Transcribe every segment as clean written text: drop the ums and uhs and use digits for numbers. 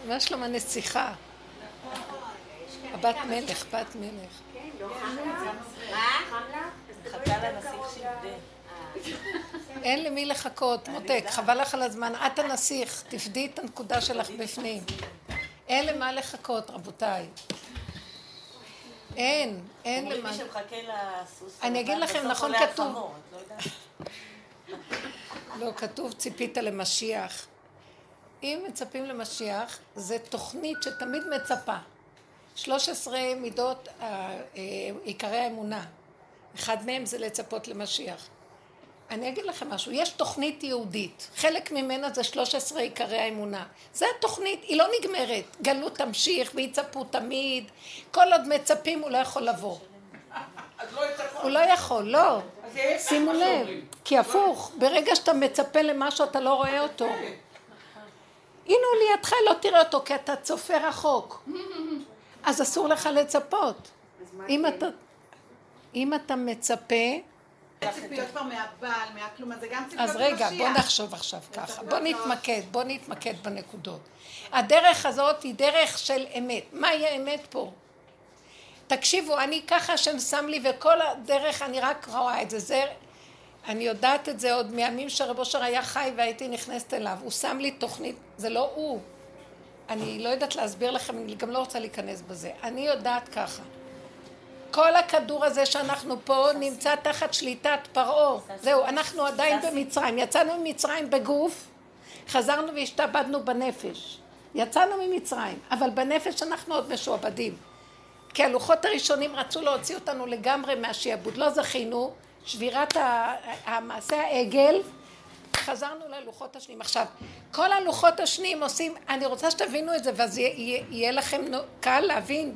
מה שלום הנסיכה? הבת מלך, בת מלך. חכה לנסיך שיבדה. אין למי לחכות, מותק, חבל לך על הזמן. את הנסיך, תפדי את הנקודה שלך בפנים. אין למה לחכות, רבותיי. אין למה. אומרים מי שמחכה לסוס. אני אגיד לכם, נכון כתוב. לא, כתוב ציפית למשיח. אם מצפים למשיח, זה תוכנית שתמיד מצפה. 13 מידות עיקרי האמונה. אחד מהם זה לצפות למשיח. אני אגיד לכם משהו, יש תוכנית יהודית, חלק ממנה זה 13 עיקרי האמונה. זה התוכנית, היא לא נגמרת, גלות תמשיך ויצפו תמיד, כל עוד מצפים הוא לא יכול לבוא. הוא לא יכול, לא. שימו לב, כי הפוך, ברגע שאתה מצפה למשהו אתה לא רואה אותו. הנה הוא לידך, לא תראה אותו כי אתה צופה רחוק. אז אסור לך לצפות. אם אתה מצפה, ציפיות כבר מהבעל, מהכלום, זה גם ציפיות אז רגע, בוא נחשוב עכשיו ככה, בוא נתמקד בנקודות. הדרך הזאת היא דרך של אמת. מהי האמת פה? תקשיבו, אני ככה השם שם לי, וכל הדרך אני רק רואה את זה. אני יודעת את זה עוד מימים שרב אושר היה חי והייתי נכנסת אליו. הוא שם לי תוכנית, זה לא הוא. אני לא יודעת להסביר לכם, אני גם לא רוצה להיכנס בזה. אני יודעת ככה. כל הכדור הזה שאנחנו פה נמצא תחת שליטת פרעה. זהו, אנחנו עדיין במצרים. יצאנו ממצרים בגוף, חזרנו והשתעבדנו בנפש. יצאנו ממצרים, אבל בנפש אנחנו עוד משועבדים. כי הלוחות הראשונים רצו להוציא אותנו לגמרי מהשיעבוד. לא זכינו, שבירת המעשה העגל, חזרנו ללוחות השניים. עכשיו, כל הלוחות השניים עושים, אני רוצה שתבינו את זה, ואז יהיה לכם קל להבין.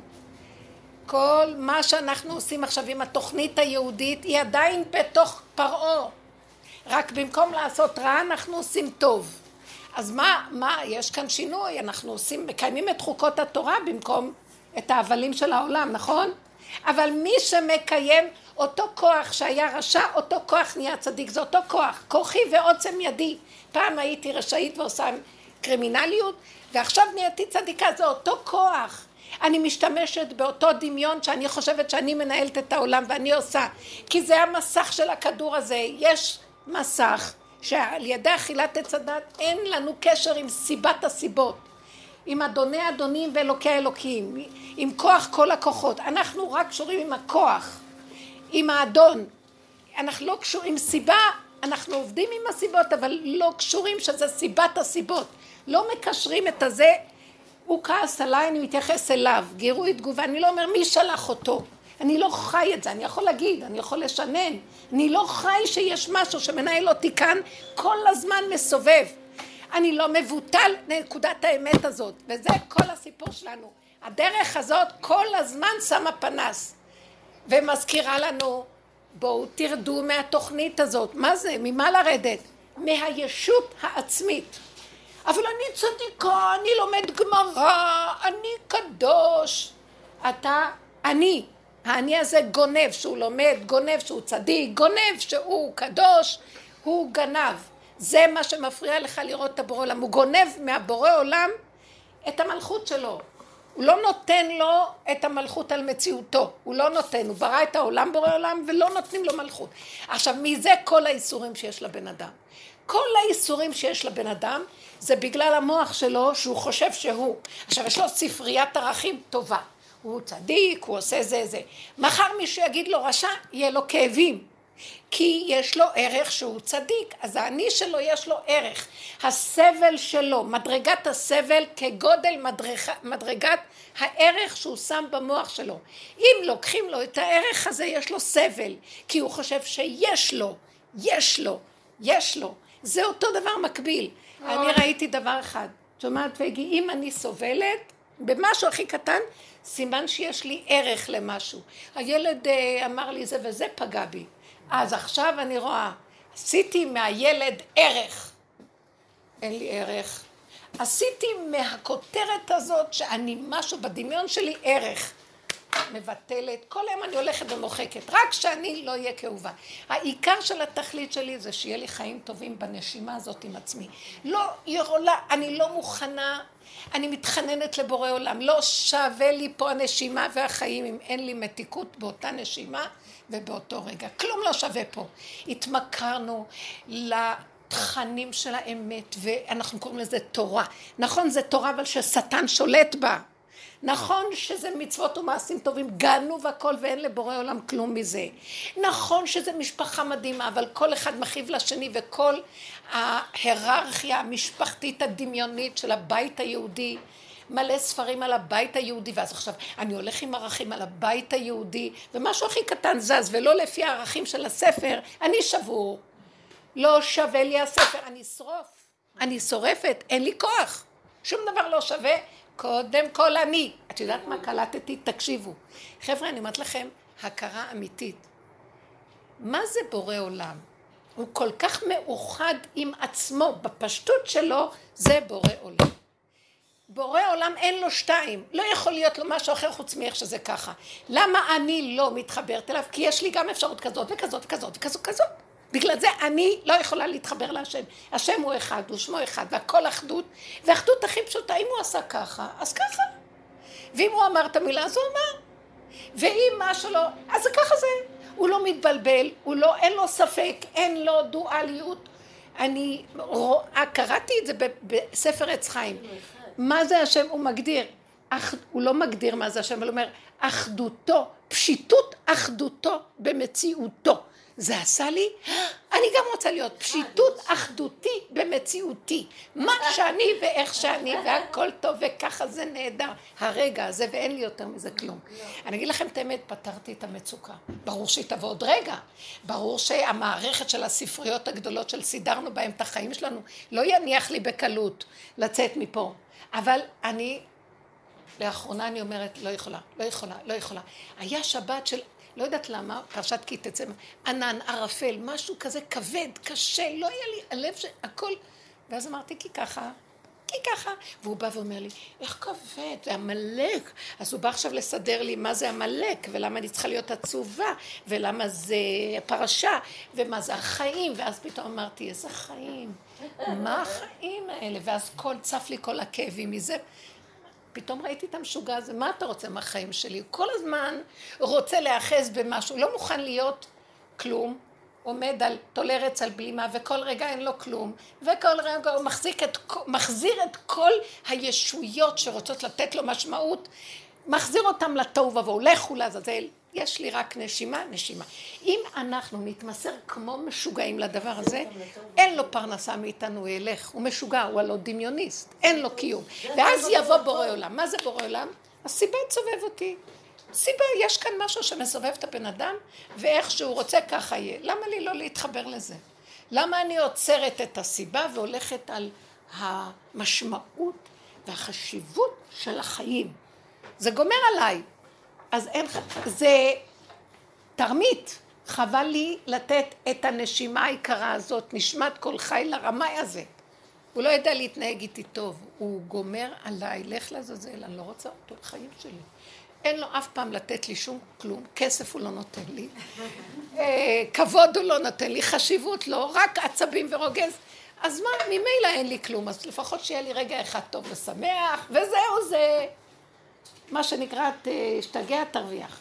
כל מה שאנחנו עושים עכשיו עם התוכנית היהודית היא עדיין בתוך פרעה. רק במקום לעשות רע אנחנו עושים טוב. אז מה, יש כאן שינוי, אנחנו מקיימים את חוקות התורה במקום את ההבלים של העולם, נכון? אבל מי שמקיים אותו כוח שהיה רשע, אותו כוח נהיה צדיק, זה אותו כוח, כוחי ועוצם ידי. פעם הייתי רשעית ועושה קרימינליות, ועכשיו נהייתי צדיקה, זה אותו כוח. אני משתמשת באותו דמיון שאני חושבת שאני מנהלת את העולם ואני עושה, כי זה המסך של הכדור הזה. יש מסך שעל ידי אכילת עץ הדת אין לנו קשר עם סיבת הסיבות, עם אדוני אדונים ואלוקי האלוקים, עם כוח כל הכוחות. אנחנו רק קשורים עם הכוח, עם האדון. אנחנו לא קשורים עם סיבה, אנחנו עובדים עם הסיבות אבל לא קשורים שזה סיבת הסיבות, לא מקשרים את הזה. הוא כעס עליי, אני מתייחס אליו, גירוי תגובה, אני לא אומר מי שלח אותו, אני לא חי את זה, אני יכול להגיד, אני יכול לשנן, אני לא חי שיש משהו שמנהל אותי כאן, כל הזמן מסובב, אני לא מבוטל נקודת האמת הזאת, וזה כל הסיפור שלנו. הדרך הזאת כל הזמן שמה פנס, ומזכירה לנו, בואו תרדו מהתוכנית הזאת. מה זה? ממה לרדת? מהישות העצמית. אבל אני צדיקה, אני לומד גמרא, אני קדוש. האני הזה גונב שהוא לומד, גונב שהוא צדיק, גונב שהוא קדוש, הוא גנב. זה מה שמפריע לך לראות את הבורא עולם. הוא גונב מהבורא עולם את המלכות שלו. הוא לא נותן לו את המלכות על מציאותו. הוא לא נותן, הוא ברא את העולם בורא עולם ולא נותנים לו מלכות. עכשיו, מזה כל האיסורים שיש לבן אדם. כל האיסורים שיש לבן אדם זה בגלל המוח שלו שהוא חושב שהוא. עכשיו יש לו ספריית ערכים טובה. הוא צדיק, הוא עושה זה. מחר מישהו יגיד לו רשע, יהיה לו כאבים. כי יש לו ערך שהוא צדיק. אז האני שלו יש לו ערך. הסבל שלו, מדרגת הסבל כגודל מדרגת הערך שהוא שם במוח שלו. אם לוקחים לו את הערך הזה יש לו סבל. כי הוא חושב שיש לו, יש לו. זה אותו דבר מקביל. אני ראיתי דבר אחד. זאת אומרת, אם אני סובלת במשהו הכי קטן, סימן שיש לי ערך למשהו. הילד אמר לי זה וזה פגע בי. אז עכשיו אני רואה, עשיתי מהילד ערך. אין לי ערך. עשיתי מהכותרת הזאת שאני משהו בדמיון שלי ערך. מבטלת, כל היום אני הולכת ומוחקת, רק שאני לא אהיה כאובה. העיקר של התכלית שלי זה שיהיה לי חיים טובים בנשימה הזאת עם עצמי. לא יכולה, אני לא מוכנה, אני מתחננת לבורא עולם, לא שווה לי פה הנשימה והחיים אם אין לי מתיקות באותה נשימה ובאותו רגע. כלום לא שווה פה. התמכרנו לתכנים של האמת ואנחנו קוראים לזה תורה. נכון, זה תורה אבל ששטן שולט בה. נכון שזה מצוות ומעשים טובים, גנו והכל ואין לבורא עולם כלום מזה. נכון שזה משפחה מדהימה, אבל כל אחד מכאיב לשני וכל ההיררכיה המשפחתית הדמיונית של הבית היהודי, מלא ספרים על הבית היהודי, ואז עכשיו אני הולך עם ערכים על הבית היהודי, ומשהו הכי קטן זז ולא לפי הערכים של הספר, אני שבור. לא שווה לי הספר, אני שרוף, אני שורפת, אין לי כוח. שום דבר לא שווה. קודם כל אני. את יודעת מה קלטתי? תקשיבו. חבר'ה, אני אומרת לכם, הכרה אמיתית. מה זה בורא עולם? הוא כל כך מאוחד עם עצמו, בפשטות שלו, זה בורא עולם. בורא עולם אין לו שתיים, לא יכול להיות לו משהו אחר חוץ מאיך שזה ככה. למה אני לא מתחברת אליו? כי יש לי גם אפשרות כזאת וכזאת וכזאת וכזאת וכזאת. בגלל זה אני לא יכולה להתחבר להשם. השם הוא אחד, הוא שמו אחד, והכל אחדות, והאחדות הכי פשוטה, אם הוא עשה ככה, אז ככה. ואם הוא אמר את המילה, אז הוא אמר. ואם משהו לא, אז זה ככה זה. הוא לא מתבלבל, אין לו ספק, אין לו דואליות. אני קראתי את זה בספר עץ חיים. מה זה השם? הוא מגדיר. הוא לא מגדיר מה זה השם, הוא אומר, אחדותו, פשיטות אחדותו במציאותו. זה עשה לי, אני גם רוצה להיות פשיטות אחדותי במציאותי. מה שאני ואיך שאני והכל טוב וככה זה נהדר. הרגע הזה ואין לי יותר מזה כלום. אני אגיד לכם את האמת, פתרתי את המצוקה. ברור שהיא תבוא עוד רגע. ברור שהמערכת של הספריות הגדולות של סידרנו בהם את החיים שלנו, לא יניח לי בקלות לצאת מפה. אבל לאחרונה אני אומרת, לא יכולה. היה שבת של... לא יודעת למה, פרשת כי תצא, ענן, ערפל, משהו כזה כבד, קשה, לא היה לי הלב הכל. ואז אמרתי, כי ככה. והוא בא ואומר לי, איך כבד, זה המלאק. אז הוא בא עכשיו לסדר לי מה זה המלאק, ולמה אני צריכה להיות עצובה, ולמה זה פרשה, ומה זה החיים. ואז פתאום אמרתי, איזה חיים? מה החיים האלה? ואז צף לי כל הכאבים מזה. פתאום ראיתי את המשוגע הזה, מה אתה רוצה מהחיים שלי? הוא כל הזמן רוצה להאחז במשהו, לא מוכן להיות כלום, עומד על תולרץ על בלימה, וכל רגע אין לו כלום, וכל רגע הוא מחזיר את כל הישויות שרוצות לתת לו משמעות, מחזיר אותם לתוהו ובוהו, לכו לעזאזל, יש לי רק נשימה. אם אנחנו נתמסר כמו משוגעים לדבר הזה, אין לו פרנסה מאיתנו, הוא ילך, הוא משוגע, הוא הלא דמיוניסט, אין לו קיום. ואז יבוא בורא עולם. מה זה בורא עולם? הסיבה תסובב אותי. סיבה, יש כאן משהו שמסובב את הבן אדם, ואיך שהוא רוצה ככה יהיה. למה לי לא להתחבר לזה? למה אני עוצרת את הסיבה והולכת על המשמעות והחשיבות של החיים? זה גומר עליי. אז זה תרמית, חבל לי לתת את הנשימה היקרה הזאת, נשמת כל חי לרמאי הזה. הוא לא ידע להתנהג איתי טוב, הוא גומר עליי, לך לעזאזל, אני לא רוצה אותו בחיים שלי. אין לו אף פעם לתת לי שום כלום, כסף הוא לא נותן לי, כבוד הוא לא נותן לי, חשיבות לא, רק עצבים ורוגז. אז מה, ממילא אין לי כלום, אז לפחות שיהיה לי רגע אחד טוב ושמח, וזהו זה. מה שנקרא, תשתגע, תרוויח.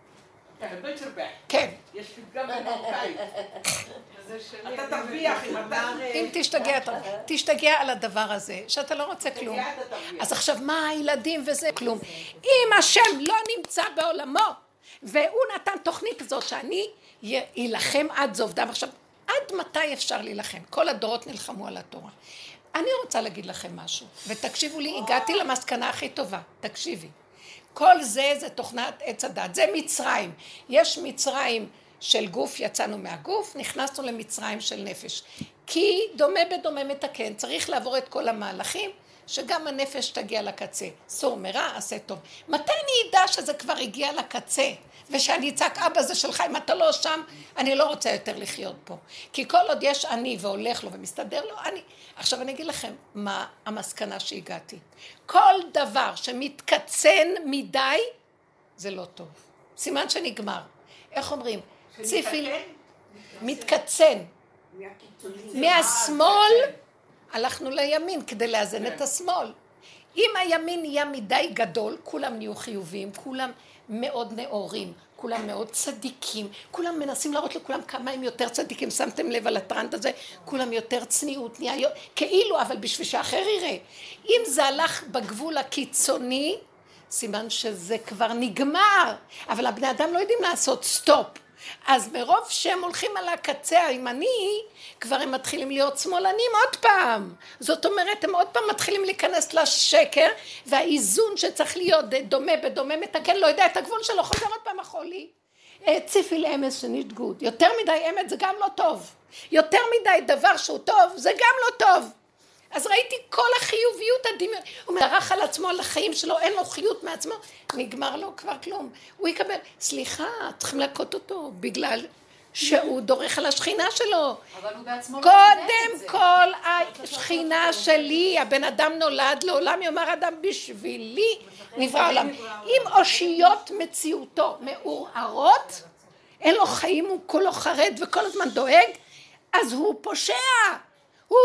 כן. יש פתגם במרוקאי. אתה תרוויח אם תשתגע, תשתגע על הדבר הזה, שאתה לא רוצה כלום. אז עכשיו, מה הילדים וזה? כלום. אם השם לא נמצא בעולמו, והוא נתן תוכנית כזאת שאני ילחם עד זוב דם. עכשיו, עד מתי אפשר להילחם? כל הדורות נלחמו על התורה. אני רוצה להגיד לכם משהו, ותקשיבו לי, הגעתי למסקנה הכי טובה, תקשיבי. כל זה תוכנת עץ הדת, זה מצרים. יש מצרים של גוף, יצאנו מהגוף, נכנסנו למצרים של נפש. כי דומה בדומה מתקן, צריך לעבור את כל המהלכים, שגם הנפש תגיע לקצה. סור מרע, עשה טוב. מתי אני ידע שזה כבר הגיע לקצה? ושאני אצעק, אבא זה שלך, אם אתה לא שם, אני לא רוצה יותר לחיות פה. כי כל עוד יש אני והולך לו ומסתדר לו, אני... עכשיו אני אגיד לכם מה המסקנה שהגעתי. כל דבר שמתקצן מדי, זה לא טוב. סימן שנגמר. איך אומרים? ציפיל מתקצן. מהשמאל הלכנו לימין כדי לאזן את השמאל. אם הימין נהיה מדי גדול, כולם נהיו חיוביים, כולם מאוד נאורים, כולם מאוד צדיקים, כולם מנסים להראות לכולם כמה הם יותר צדיקים, שמתם לב על הטרנד הזה, כולם יותר צניעות, נהיה כאילו, אבל בשביל שאחר יראה. אם זה הלך בגבול הקיצוני, סימן שזה כבר נגמר, אבל הבני אדם לא יודעים לעשות סטופ. אז מרוב שהם הולכים על הקצה הימני, כבר הם מתחילים להיות שמאלנים עוד פעם. זאת אומרת, הם עוד פעם מתחילים להיכנס לשקר, והאיזון שצריך להיות דומה בדומה מתקן, לא יודע את הגבול שלו, חוזר עוד פעם החולי. ציפי לאמס שנית גוד. יותר מדי אמת זה גם לא טוב. יותר מדי דבר שהוא טוב, זה גם לא טוב. אז ראיתי כל החיוביות הדמיון, הוא מרח על עצמו, על החיים שלו, אין לו חיות מעצמו, נגמר לו כבר כלום. הוא יקבל, סליחה, צריכים להכות אותו, בגלל שהוא דורך על השכינה שלו. אבל הוא בעצמו לא קודם כל, השכינה שלי, הבן אדם נולד, לעולם יאמר אדם בשבילי, נברא עולם. אם אושיות מציאותו מעורערות, אין לו חיים, הוא כולו חרד וכל הזמן דואג, אז הוא פושע. הוא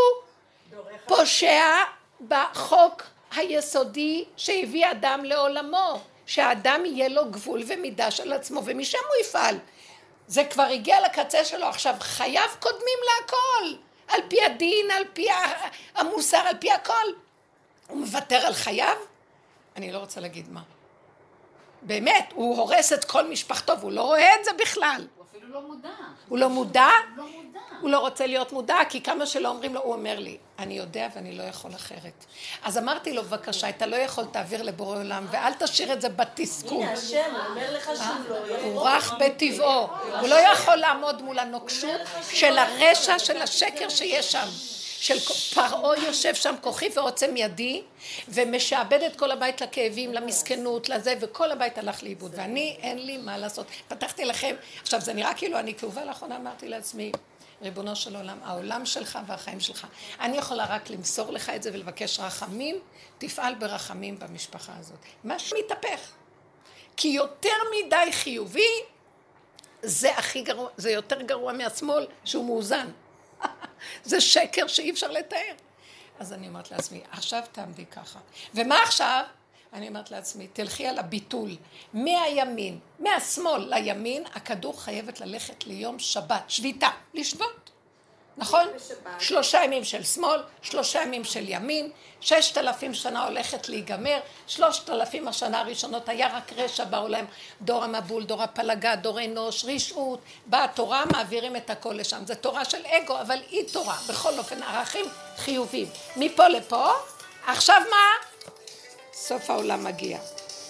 פושע בחוק היסודי שהביא אדם לעולמו, שהאדם יהיה לו גבול ומידה של עצמו, ומשם הוא יפעל. זה כבר הגיע לקצה שלו, עכשיו חייו קודמים להכל, על פי הדין, על פי המוסר, על פי הכל. הוא מוותר על חייו? אני לא רוצה להגיד מה. באמת, הוא הורס את כל משפחתו, והוא לא רואה את זה בכלל. הוא אפילו לא מודע. הוא לא מודע? הוא לא מודע. הוא לא רוצה להיות מודע, כי כמה שלא אומרים לו, הוא אומר לי, אני יודע ואני לא יכול אחרת. אז אמרתי לו, בבקשה, אתה לא יכול, תעביר לבורא עולם, ואל תשאיר את זה בתסכול. הנה, השם אומר לך שהוא לא יכול. הוא רך בטבעו, הוא לא יכול לעמוד מול הנוקשות של הרשע, של השקר שיש שם. של פרעה יושב שם כוחי ורוצה מידי, ומשעבד את כל הבית לכאבים, למסכנות, לזה, וכל הבית הלך לאיבוד, ואני אין לי מה לעשות. פתחתי לכם, עכשיו זה נראה כאילו אני כאובה לאחרונה, אמרתי לעצמי, ריבונו של עולם, העולם שלך והחיים שלך, אני יכולה רק למסור לך את זה ולבקש רחמים, תפעל ברחמים במשפחה הזאת. מה שמתהפך, כי יותר מדי חיובי, זה הכי גרוע, זה יותר גרוע מהשמאל שהוא מאוזן. זה שקר שאי אפשר לתאר. אז אני אומרת לעצמי, עכשיו תעמדי ככה. ומה עכשיו? אני אומרת לעצמי, תלכי על הביטול. מהימין, מהשמאל לימין, הכדור חייבת ללכת ליום שבת, שביתה, לשבות. נכון? 3 ימים של שמאל, 3 ימים של ימין, 6,000 שנה הולכת להיגמר, 3,000 השנה הראשונות היה רק רשע בעולם, דור המבול, דור הפלגה, דור אנוש, רשעות, באה תורה, מעבירים את הכל לשם, זה תורה של אגו, אבל היא תורה, בכל אופן ערכים חיובים, מפה לפה, עכשיו מה? סוף העולם מגיע.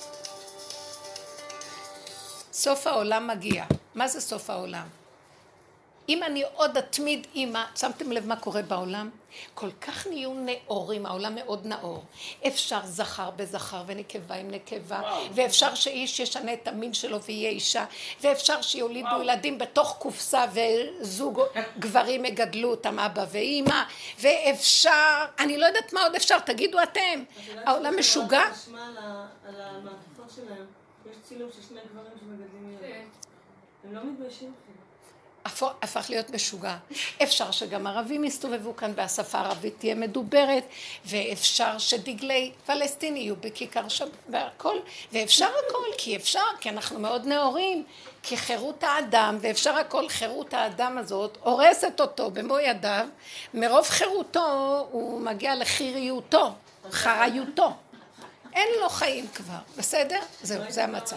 סוף העולם מגיע, מה זה סוף העולם? אם אני עוד אתמיד אימא, שמתם לב מה קורה בעולם? כל כך נהיו נאורים, העולם מאוד נאור. אפשר זכר בזכר ונקבה עם נקבה, ואפשר שאיש ישנה את המין שלו ויהיה אישה, ואפשר שיולידו ילדים בתוך קופסה וזוג גברים יגדלו אותם אבא ואימא, ואפשר, אני לא יודעת מה עוד אפשר, תגידו אתם, העולם משוגע? על המעטפה שלהם, יש צילום של 2 גברים שמגדלים ילדים. הם לא מתביישים. הפך להיות משוגע. אפשר שגם ערבים יסתובבו כאן והשפה הערבית תהיה מדוברת, ואפשר שדגלי פלסטין יהיו בכיכר שם והכל, ואפשר הכל, כי אפשר, כי אנחנו מאוד נאורים, כי חירות האדם, ואפשר הכל, חירות האדם הזאת, הורסת אותו במו ידיו, מרוב חירותו הוא מגיע לחיריותו, חריותו. אין לו חיים כבר, בסדר? זהו, זה המצב.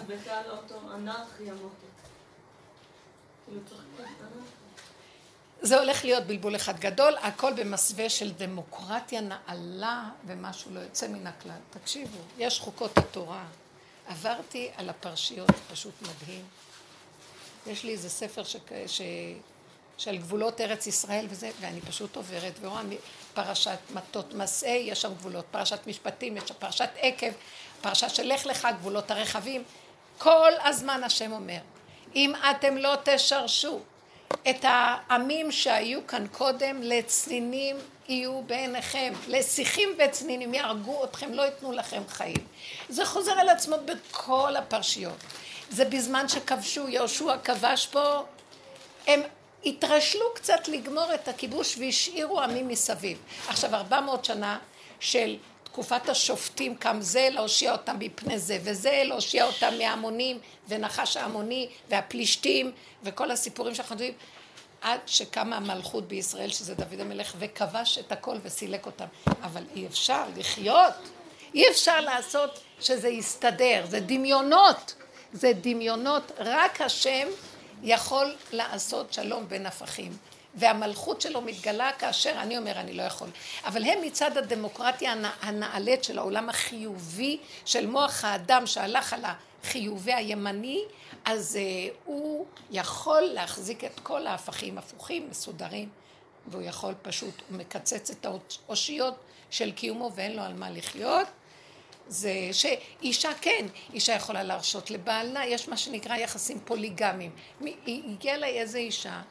זה הולך להיות בלבול אחד גדול, הכל במסווה של דמוקרטיה נעלה ומשהו לא יוצא מן הכלל. תקשיבו, יש חוקות התורה. עברתי על הפרשיות, פשוט מדהים. יש לי איזה ספר של גבולות ארץ ישראל וזה, ואני פשוט עוברת ורואה פרשת מטות מסעי, יש שם גבולות, פרשת משפטים, יש שם פרשת עקב, פרשת של לך לך, גבולות הרחבים. כל הזמן השם אומר, אם אתם לא תשרשו את העמים שהיו כאן קודם, לצנינים יהיו בעיניכם, לשיחים וצנינים יהרגו אתכם, לא ייתנו לכם חיים. זה חוזר על עצמו בכל הפרשיות. זה בזמן שכבשו, יהושע כבש פה, הם התרשלו קצת לגמור את הכיבוש והשאירו עמים מסביב. עכשיו 400 שנה של תקופת השופטים, קם זה להושיע אותם מפני זה, וזה להושיע אותם מהעמונים, ונחש העמוני, והפלישתים, וכל הסיפורים שאנחנו יודעים, עד שקמה המלכות בישראל, שזה דוד המלך, וכבש את הכל וסילק אותם. אבל אי אפשר לחיות, אי אפשר לעשות שזה יסתדר, זה דמיונות, זה דמיונות, רק השם יכול לעשות שלום בין הפכים. והמלכות שלו מתגלה כאשר אני אומר אני לא יכול. אבל הם מצד הדמוקרטיה הנעלית של העולם החיובי, של מוח האדם שהלך על החיובי הימני, אז הוא יכול להחזיק את כל ההפכים הפוכים, מסודרים, והוא יכול פשוט, הוא מקצץ את האושיות של קיומו ואין לו על מה לחיות. זה שאישה כן, אישה יכולה להרשות לבעלה, יש מה שנקרא יחסים פוליגמיים. הגיעה לה איזו אישה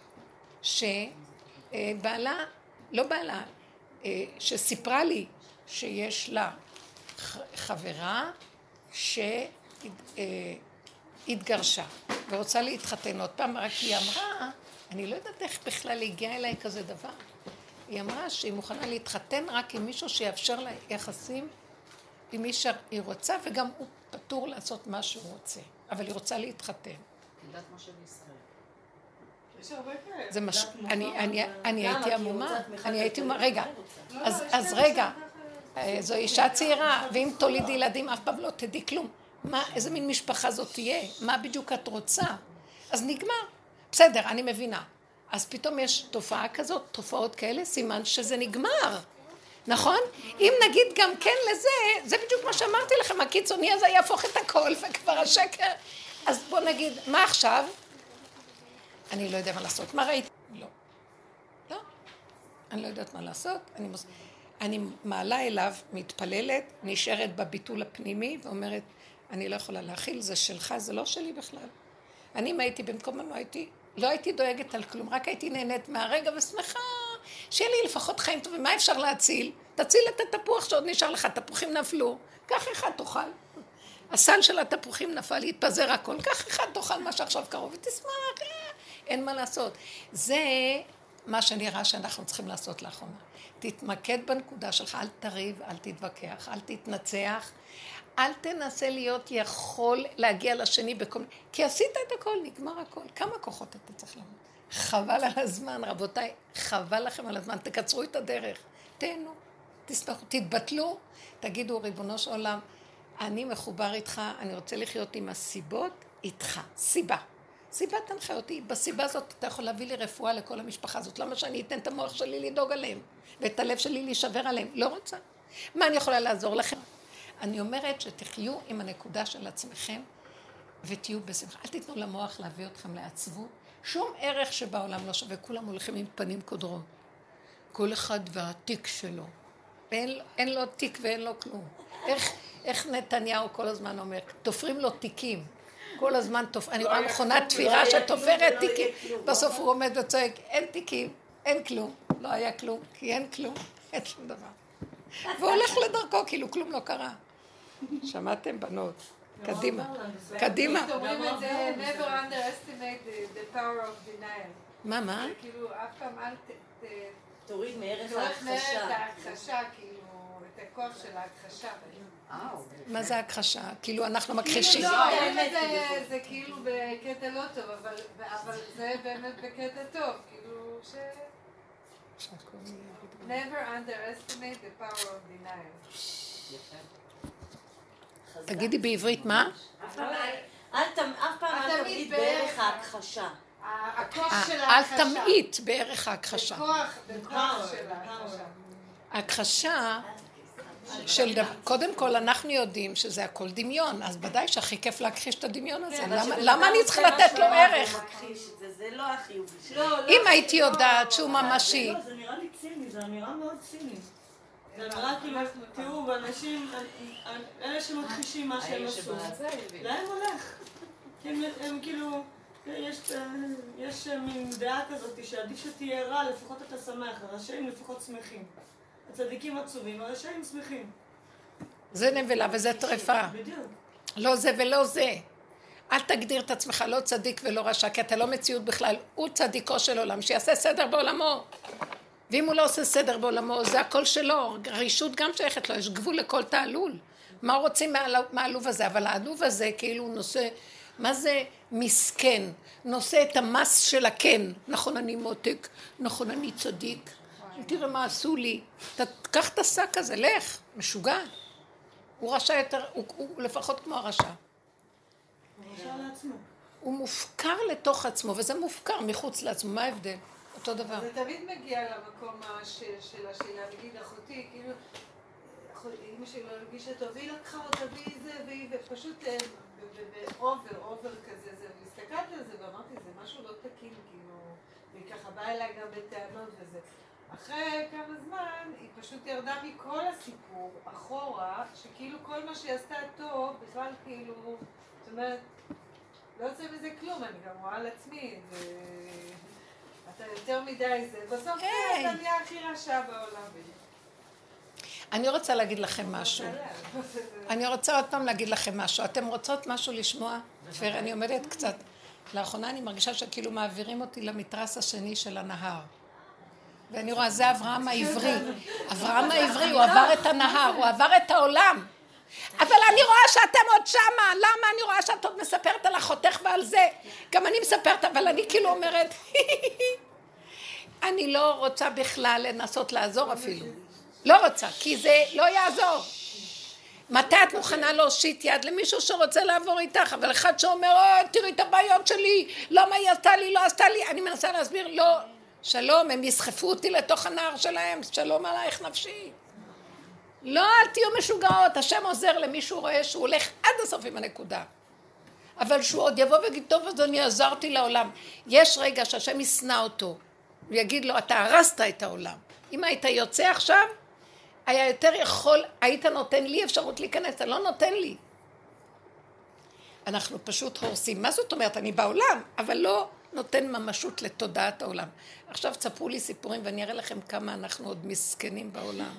שבעלה, לא בעלה, שסיפרה לי שיש לה חברה שהתגרשה ורוצה להתחתן עוד פעם, רק היא אמרה, אני לא יודעת איך בכלל הגיעה אליי כזה דבר. היא אמרה שהיא מוכנה להתחתן רק עם מישהו שיאפשר לה יחסים עם מי שהיא רוצה, וגם הוא פתור לעשות מה שהוא רוצה. אבל היא רוצה להתחתן. דת משה בישראל. יש הרבה כאלה. זה מש... אני הייתי עמומה, אני הייתי עמומה, רגע, אז רגע, זו אישה צעירה, ואם תולידי ילדים אף פעם לא תדעי כלום. מה, איזה מין משפחה זאת תהיה? מה בדיוק את רוצה? אז נגמר. בסדר, אני מבינה. אז פתאום יש תופעה כזאת, תופעות כאלה, סימן שזה נגמר. נכון? אם נגיד גם כן לזה, זה בדיוק מה שאמרתי לכם, הקיצוני הזה יהפוך את הכל, וכבר השקר. אז בוא נגיד, מה עכשיו? אני לא יודע מה לעשות. מה ראיתי? לא. לא. אני לא יודעת מה לעשות. אני מעלה אליו, מתפללת, נשארת בביטול הפנימי, ואומרת, אני לא יכולה להכיל, זה שלך, זה לא שלי בכלל. אני אם הייתי במקום, לא הייתי דואגת על כלום, רק הייתי נהנית מהרגע ושמחה, שיהיה לי לפחות חיים טובים, מה אפשר להציל? תציל את התפוח שעוד נשאר לך, תפוחים נפלו, כך אחד תאכל. הסל של התפוחים נפל, התפזר הכל, כך אחד תאכל מה שעכשיו קרוב, ותשמח, אין מה לעשות. זה מה שנראה שאנחנו צריכים לעשות לאחרונה. תתמקד בנקודה שלך, אל תריב, אל תתווכח, אל תתנצח, אל תנסה להיות יכול להגיע לשני בכל... כי עשית את הכל, נגמר הכל. כמה כוחות אתה צריך למות? חבל על הזמן, רבותיי, חבל לכם על הזמן, תקצרו את הדרך, תהנו, תשמחו, תתבטלו, תגידו, ריבונו של עולם, אני מחובר איתך, אני רוצה לחיות עם הסיבות איתך, סיבה. סיבה תנחה אותי, בסיבה הזאת אתה יכול להביא לי רפואה לכל המשפחה הזאת, למה שאני אתן את המוח שלי לדאוג עליהם, ואת הלב שלי להישבר עליהם, לא רוצה. מה אני יכולה לעזור לכם? אני אומרת שתחיו עם הנקודה של עצמכם, ותהיו בשמחה. אל תיתנו למוח להביא אתכם לעצבות, שום ערך שבעולם לא שווה, כולם הולכים עם פנים קודרות. כל אחד והתיק שלו. אין לו תיק ואין לו כלום. איך נתניהו כל הזמן אומר, תופרים לו תיקים. כל הזמן אני רואה מכונת תפירה שתופרת תיקים. בסוף הוא עומד וצועק, אין תיקים, אין כלום. לא היה כלום, כי אין כלום, אין שום דבר. והוא הולך לדרכו, כאילו כלום לא קרה. שמעתם בנות? קדימה, קדימה. אומרים את זה, never underestimate the power of denial. מה? כאילו, אף פעם אל תוריד מערך ההכחשה, כאילו, את הכוח של ההכחשה. מה זה ההכחשה? כאילו אנחנו מכחישים. לא, זה כאילו בקטע לא טוב, אבל זה באמת בקטע טוב, כאילו ש... never underestimate the power of denial. תגידי בעברית מה? אף פעם אל תמיד בערך ההכחשה. הכוח של ההכחשה. אל תמעיט בערך ההכחשה. בכוח של ההכחשה. ההכחשה של קודם כל אנחנו יודעים שזה הכל דמיון, אז ודאי שהכי כיף להכחיש את הדמיון הזה. למה אני צריכה לתת לו ערך? זה לא החיובי שלי. אם הייתי יודעת שהוא ממשי. זה נראה לי ציני, זה אמירה מאוד ציני. זה נראה כאילו, תראו, באנשים, אלה שמכחישים מה שהם עשו, להם הולך. הם כאילו, יש מין דעה כזאת שעדיף שתהיה רע, לפחות אתה שמח, הרשעים לפחות שמחים. הצדיקים עצובים, הרשעים שמחים. זה נבלה וזה טרפה. בדיוק. לא זה ולא זה. אל תגדיר את עצמך לא צדיק ולא רשע, כי אתה לא מציאות בכלל. הוא צדיקו של עולם, שיעשה סדר בעולמו. ואם הוא לא עושה סדר בעולמו, זה הכל שלו. הרישות גם שייכת לו, יש גבול לכל תעלול. מה רוצים מהעלוב הזה? אבל העלוב הזה כאילו נושא, מה זה מסכן? נושא את המס של הכן. נכון, אני מותק, נכון, אני צדיק. תראה מה עשו לי. תקח את השק הזה, לך, משוגע. הוא רשע יותר, הוא לפחות כמו הרשע. הוא רשע לעצמו. הוא מופקר לתוך עצמו, וזה מופקר מחוץ לעצמו. מה ההבדל? אותו דבר. זה תמיד מגיע למקום של השאלה, נגיד אחותי, כאילו, אמא שלי לא הרגישה טוב, והיא לקחה אותה, והיא פשוט באובר כזה, והסתכלתי על זה ואמרתי, זה משהו לא תקין, כאילו, והיא ככה באה אליי גם בטענות וזה. אחרי כמה זמן, היא פשוט ירדה מכל הסיפור, אחורה, שכאילו כל מה שהיא עשתה טוב, בכלל כאילו, זאת אומרת, לא יוצא מזה כלום, אני גם רואה על עצמי, אתה יותר מדי זה, בסוף אתה נהיה הכי רשע בעולם. אני רוצה להגיד לכם משהו. אני רוצה עוד פעם להגיד לכם משהו. אתם רוצות משהו לשמוע? פר, אני עומדת קצת. לאחרונה אני מרגישה שכאילו מעבירים אותי למתרס השני של הנהר. ואני רואה, זה אברהם העברי. אברהם העברי, הוא עבר את הנהר, הוא עבר את העולם. אבל אני רואה שאתם עוד שמה. למה אני רואה שאת עוד מספרת על אחותך ועל זה? גם אני מספרת, אבל אני כאילו אומרת, אני לא רוצה בכלל לנסות לעזור אפילו. לא רוצה, כי זה לא יעזור. מתי את מוכנה להושיט יד למישהו שרוצה לעבור איתך? אבל אחד שאומר, תראי את הבעיות שלי, למה היא עשתה לי, לא עשתה לי. אני מנסה להסביר, לא, שלום, הם יסחפו אותי לתוך הנער שלהם, שלום עלייך נפשי. לא, אל תהיו משוגעות, השם עוזר למישהו רואה שהוא הולך עד הסוף עם הנקודה. אבל שהוא עוד יבוא ויגיד, טוב, אז אני עזרתי לעולם. יש רגע שהשם ישנא אותו, הוא יגיד לו, אתה הרסת את העולם. אם היית יוצא עכשיו, היה יותר יכול, היית נותן לי אפשרות להיכנס, אתה לא נותן לי. אנחנו פשוט הורסים. מה זאת אומרת? אני בעולם, אבל לא נותן ממשות לתודעת העולם. עכשיו צפו לי סיפורים ואני אראה לכם כמה אנחנו עוד מסכנים בעולם.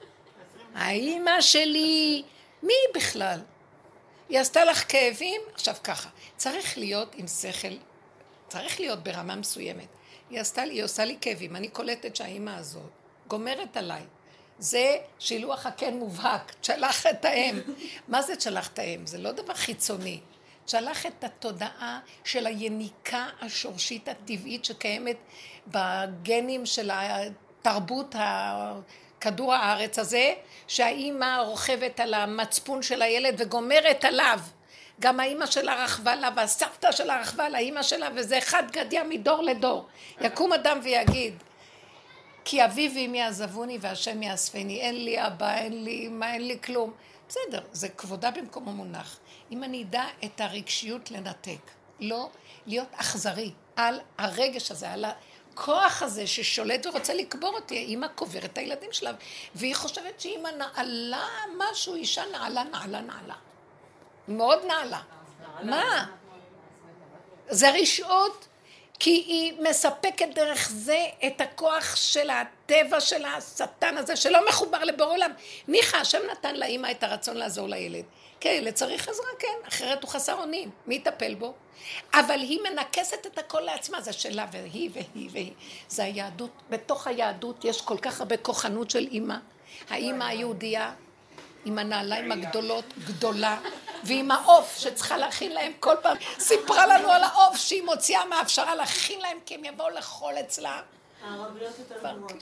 האמא שלי, מי בכלל? היא עשתה לך כאבים? עכשיו ככה, צריך להיות עם שכל, צריך להיות ברמה מסוימת. היא עושה לי כאבים, אני קולטת שהאמא הזאת גומרת עליי. זה שילוח הכן מובהק, תשלח את האם. מה זה תשלח את האם? זה לא דבר חיצוני. תשלח את התודעה של היניקה השורשית הטבעית שקיימת בגנים של התרבות כדור הארץ הזה, שהאימא רוכבת על המצפון של הילד וגומרת עליו. גם האימא שלה רכבה לה והסבתא שלה רכבה לאימא שלה, וזה אחד גדיה מדור לדור. יקום אדם ויגיד, כי אבי ואמי עזבוני והשם יאספני, אין לי אבא, אין לי אמא, אין לי כלום. בסדר, זה כבודה במקום המונח. אם אני אדע את הרגשיות לנתק, לא להיות אכזרי על הרגש הזה, על הכוח הזה ששולט ורוצה לקבור אותי, אמא קוברת את הילדים שלה, והיא חושבת שאמא נעלה משהו, אישה נעלה. מאוד נעלה. מה? זה רשעות. כי היא מספקת דרך זה את הכוח של הטבע של השטן הזה, שלא מחובר לבורא עולם. ניחא, השם נתן לאמא את הרצון לעזור לילד. כן, ילד צריך עזרה, כן, אחרת הוא חסר אונים. מי יטפל בו? אבל היא מנקסת את הכל לעצמה, זה שלה, והיא. זה היהדות. בתוך היהדות יש כל כך הרבה כוחנות של אמא. האמא היהודייה, עם הנעליים הגדולות, גדולה, ועם העוף שצריכה להכין להם כל פעם, סיפרה לנו על העוף שהיא מוציאה מהאפשרה להכין להם, כי הם יבואו לאכול אצלה. הערביות יותר גרועות.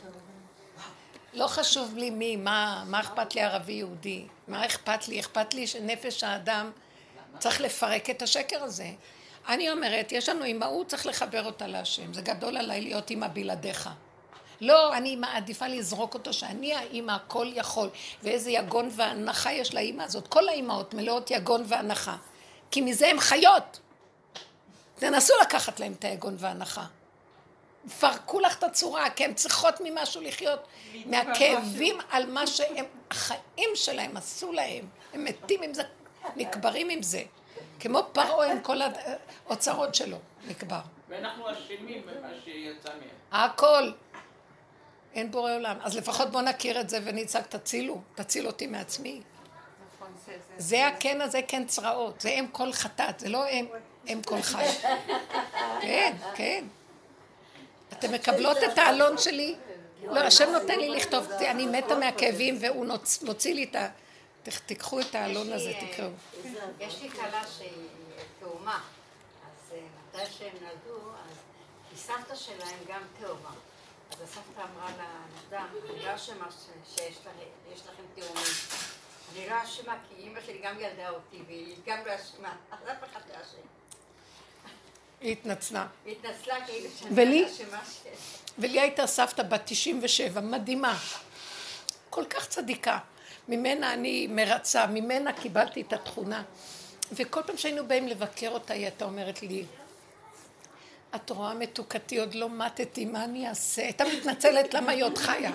לא חשוב לי מי, מה אכפת לי ערבי יהודי? מה אכפת לי? אכפת לי שנפש האדם צריך לפרק את השקר הזה. אני אומרת, יש לנו אמהות, צריך לחבר אותה להשם. זה גדול עליי להיות אמא בלעדיך. לא, אני מעדיפה לזרוק אותו שאני האמא הכל יכול, ואיזה יגון והנחה יש לאמא הזאת. כל האמהות מלאות יגון והנחה, כי מזה הם חיות. תנסו לקחת להם את היגון והנחה. פרקו לך את הצורה, כי הן צריכות ממשהו לחיות, מהכאבים על מה שהם, החיים שלהם עשו להם. הם מתים עם זה, נקברים עם זה. כמו פרעה עם כל האוצרות שלו, נקבר. ואנחנו אשמים במה שיצא מהם. הכל. אין בורא עולם. אז לפחות בוא נכיר את זה ונצעק, תציל אותי מעצמי. זה הכן הזה כן צרעות, זה אם כל חטאת, זה לא אם כל חי. כן, כן. אתם מקבלות את העלון שלי? לא, השם נותן לי לכתוב, אני מתה מהכאבים והוא מוציא לי את ה... תיקחו את העלון הזה, תקראו. יש לי קלה שהיא תאומה, אז מתי שהם נולדו, אז סבתא שלהם גם תאומה. אז הסבתא אמרה לנדם, אני לא אשמה שיש לכם תאומים. אני לא אשמה כי אימא שלי גם ילדה אותי והיא גם לא אשמה, אז אף אחד לא אשמה. היא התנצלה. היא התנצלה כאילו שאני לא אשמה ולי הייתה סבתא בת 97, מדהימה. כל כך צדיקה. ממנה אני מרצה, ממנה קיבלתי את התכונה. וכל פעם שהיינו באים לבקר אותה, היא הייתה אומרת לי, את רואה מתוקתי, עוד לא מתתי, מה אני אעשה? הייתה מתנצלת למה היא עוד חיה.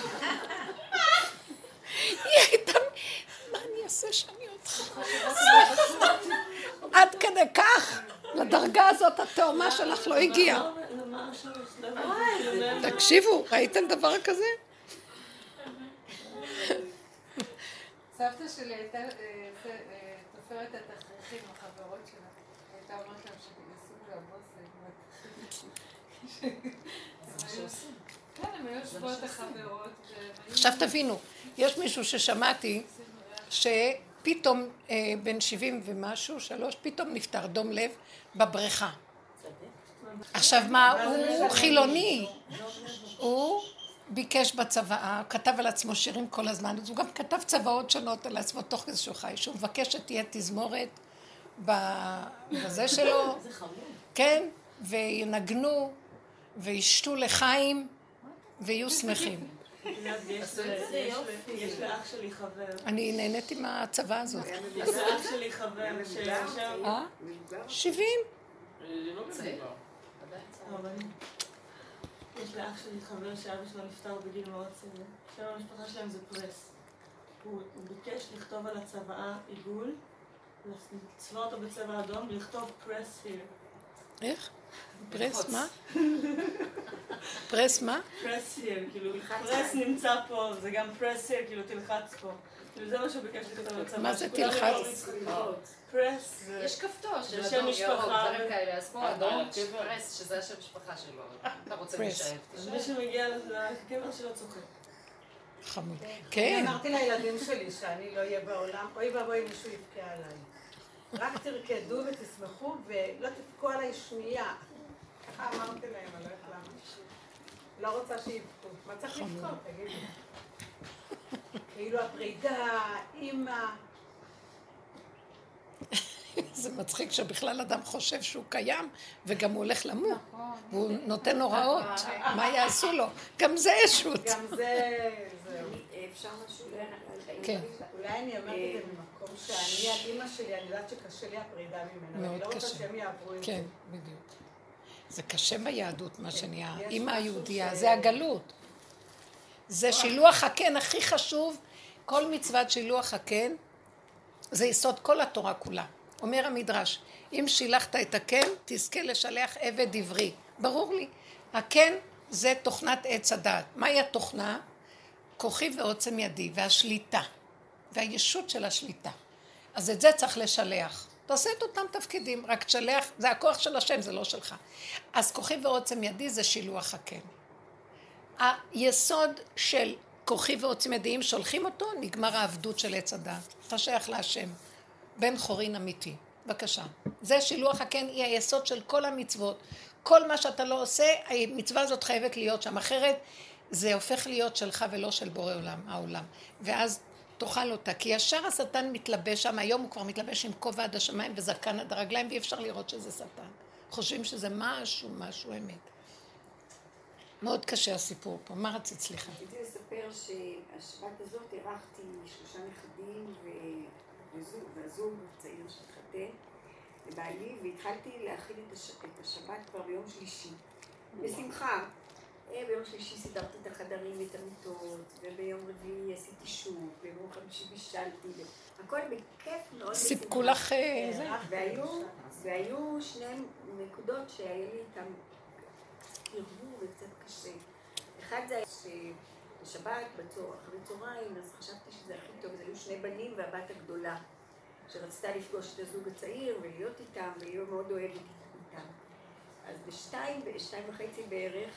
היא הייתה, מה אני אעשה שאני עוד חיה? עד כדי כך, לדרגה הזאת התאומה שלך לא הגיעה. תקשיבו, ראיתם דבר כזה? סבתא שלי הייתה תופרת את התכריכים החברות שלה. הייתה אומרת להם שתנסו לבוסים. כן, הם היו שבועות החברות. עכשיו תבינו, יש מישהו ששמעתי שפתאום בן 70 ומשהו, 3, פתאום נפטר דום לב בבריכה. עכשיו מה, הוא חילוני, הוא ביקש בצוואה, כתב על עצמו שירים כל הזמן, אז הוא גם כתב צוואות שונות על עצמו תוך כזה שהוא חי, שהוא מבקש שתהיה תזמורת בזה שלו, כן, וינגנו וישתו לחיים ויהיו שמחים. יש לאח שלי חבר. אני נהנית עם הצוואה הזאת. יש לאח שלי חבר שישב... 70? זה לא מדבר. יש לאח שלי חבר שאבא שלו נפטר בגיל מאוד צעיר. שם המשפחה שלהם זה פרס. הוא ביקש לכתוב על הצוואה עיגול, לצבוע אותו בצבע אדום ולכתוב פרס here. איך? פרס מה? פרס מה? פרס here, כאילו פרס נמצא פה, זה גם פרס here, כאילו תלחץ פה. כאילו זה מה שהוא ביקש לכתוב על הצוואה. מה זה תלחץ? פרס זה... יש כפתור של שם אדום ירוק, משפחה. דברים כאלה, אז פה אדום, פרס, שזה השם משפחה שלו, אתה רוצה להישאב. אז מי שמגיע לקבר שלו צוחק. חמוד. אני כן. אמרתי לילדים שלי שאני לא אהיה בעולם, אוי ואבוי מישהו יבכה עליי. רק תרקדו ותשמחו ולא תבכו עליי שנייה. ככה אמרתי להם, אני לא יודעת למה. לא רוצה שיבכו. מה צריך לבכות, תגידי? כאילו הפרידה, אימא. זה מצחיק שבכלל אדם חושב שהוא קיים וגם הוא הולך למות. והוא נותן הוראות. מה יעשו לו? גם זה ישות. גם זה... אפשר משהו? כן. אולי אני אומרת את זה ממקום שאני, על אימא שלי, אני יודעת שקשה לי הפרידה ממנה. אני לא רוצה שהם יעברו את זה. כן, בדיוק. זה קשה ביהדות מה שנהיה. אימא היהודייה, זה הגלות. זה שילוח הקן הכי חשוב. כל מצוות שילוח הקן זה יסוד כל התורה כולה. אומר המדרש, אם שילחת את הקן, תזכה לשלח עבד עברי. ברור לי. הקן זה תוכנת עץ הדעת. מהי התוכנה? כוחי ועוצם ידי, והשליטה, והישות של השליטה. אז את זה צריך לשלח. תעשה את אותם תפקידים, רק תשלח, זה הכוח של השם, זה לא שלך. אז כוחי ועוצם ידי זה שילוח הקן. היסוד של כוחי ועוצם ידי, אם שולחים אותו, נגמר העבדות של עץ הדעת. אתה שייך להשם. בן חורין אמיתי. בבקשה. זה שילוח הקן, היא היסוד של כל המצוות. כל מה שאתה לא עושה, המצווה הזאת חייבת להיות שם. אחרת, זה הופך להיות שלך ולא של בורא עולם, העולם. ואז תאכל אותה. כי ישר השטן מתלבש שם, היום הוא כבר מתלבש עם כובע עד השמיים וזקן עד הרגליים, ואי אפשר לראות שזה שטן. חושבים שזה משהו אמת. מאוד קשה הסיפור פה. מה רצית? סליחה. רציתי לספר שהשבת הזאת אירחתי 3 נכדים והזוג צעיר שהתחתן לבעלי, והתחלתי להכין את השבת כבר ביום שלישי. בשמחה. ביום שלישי סידרתי את החדרים ואת המיטות, וביום רביעי עשיתי שוב, וביום חמישי בישלתי, הכל בכיף מאוד. סיפקו לך זה? והיו שני נקודות שהיה לי איתם ערבוב וקצת קשה. אחד זה היה שבשבת, אחרי צהריים, אז חשבתי שזה הכי טוב, אז היו שני בנים והבת הגדולה, שרצתה לפגוש את הזוג הצעיר ולהיות איתם, והיא מאוד אוהבת איתם. אז בשתיים וחצי בערך,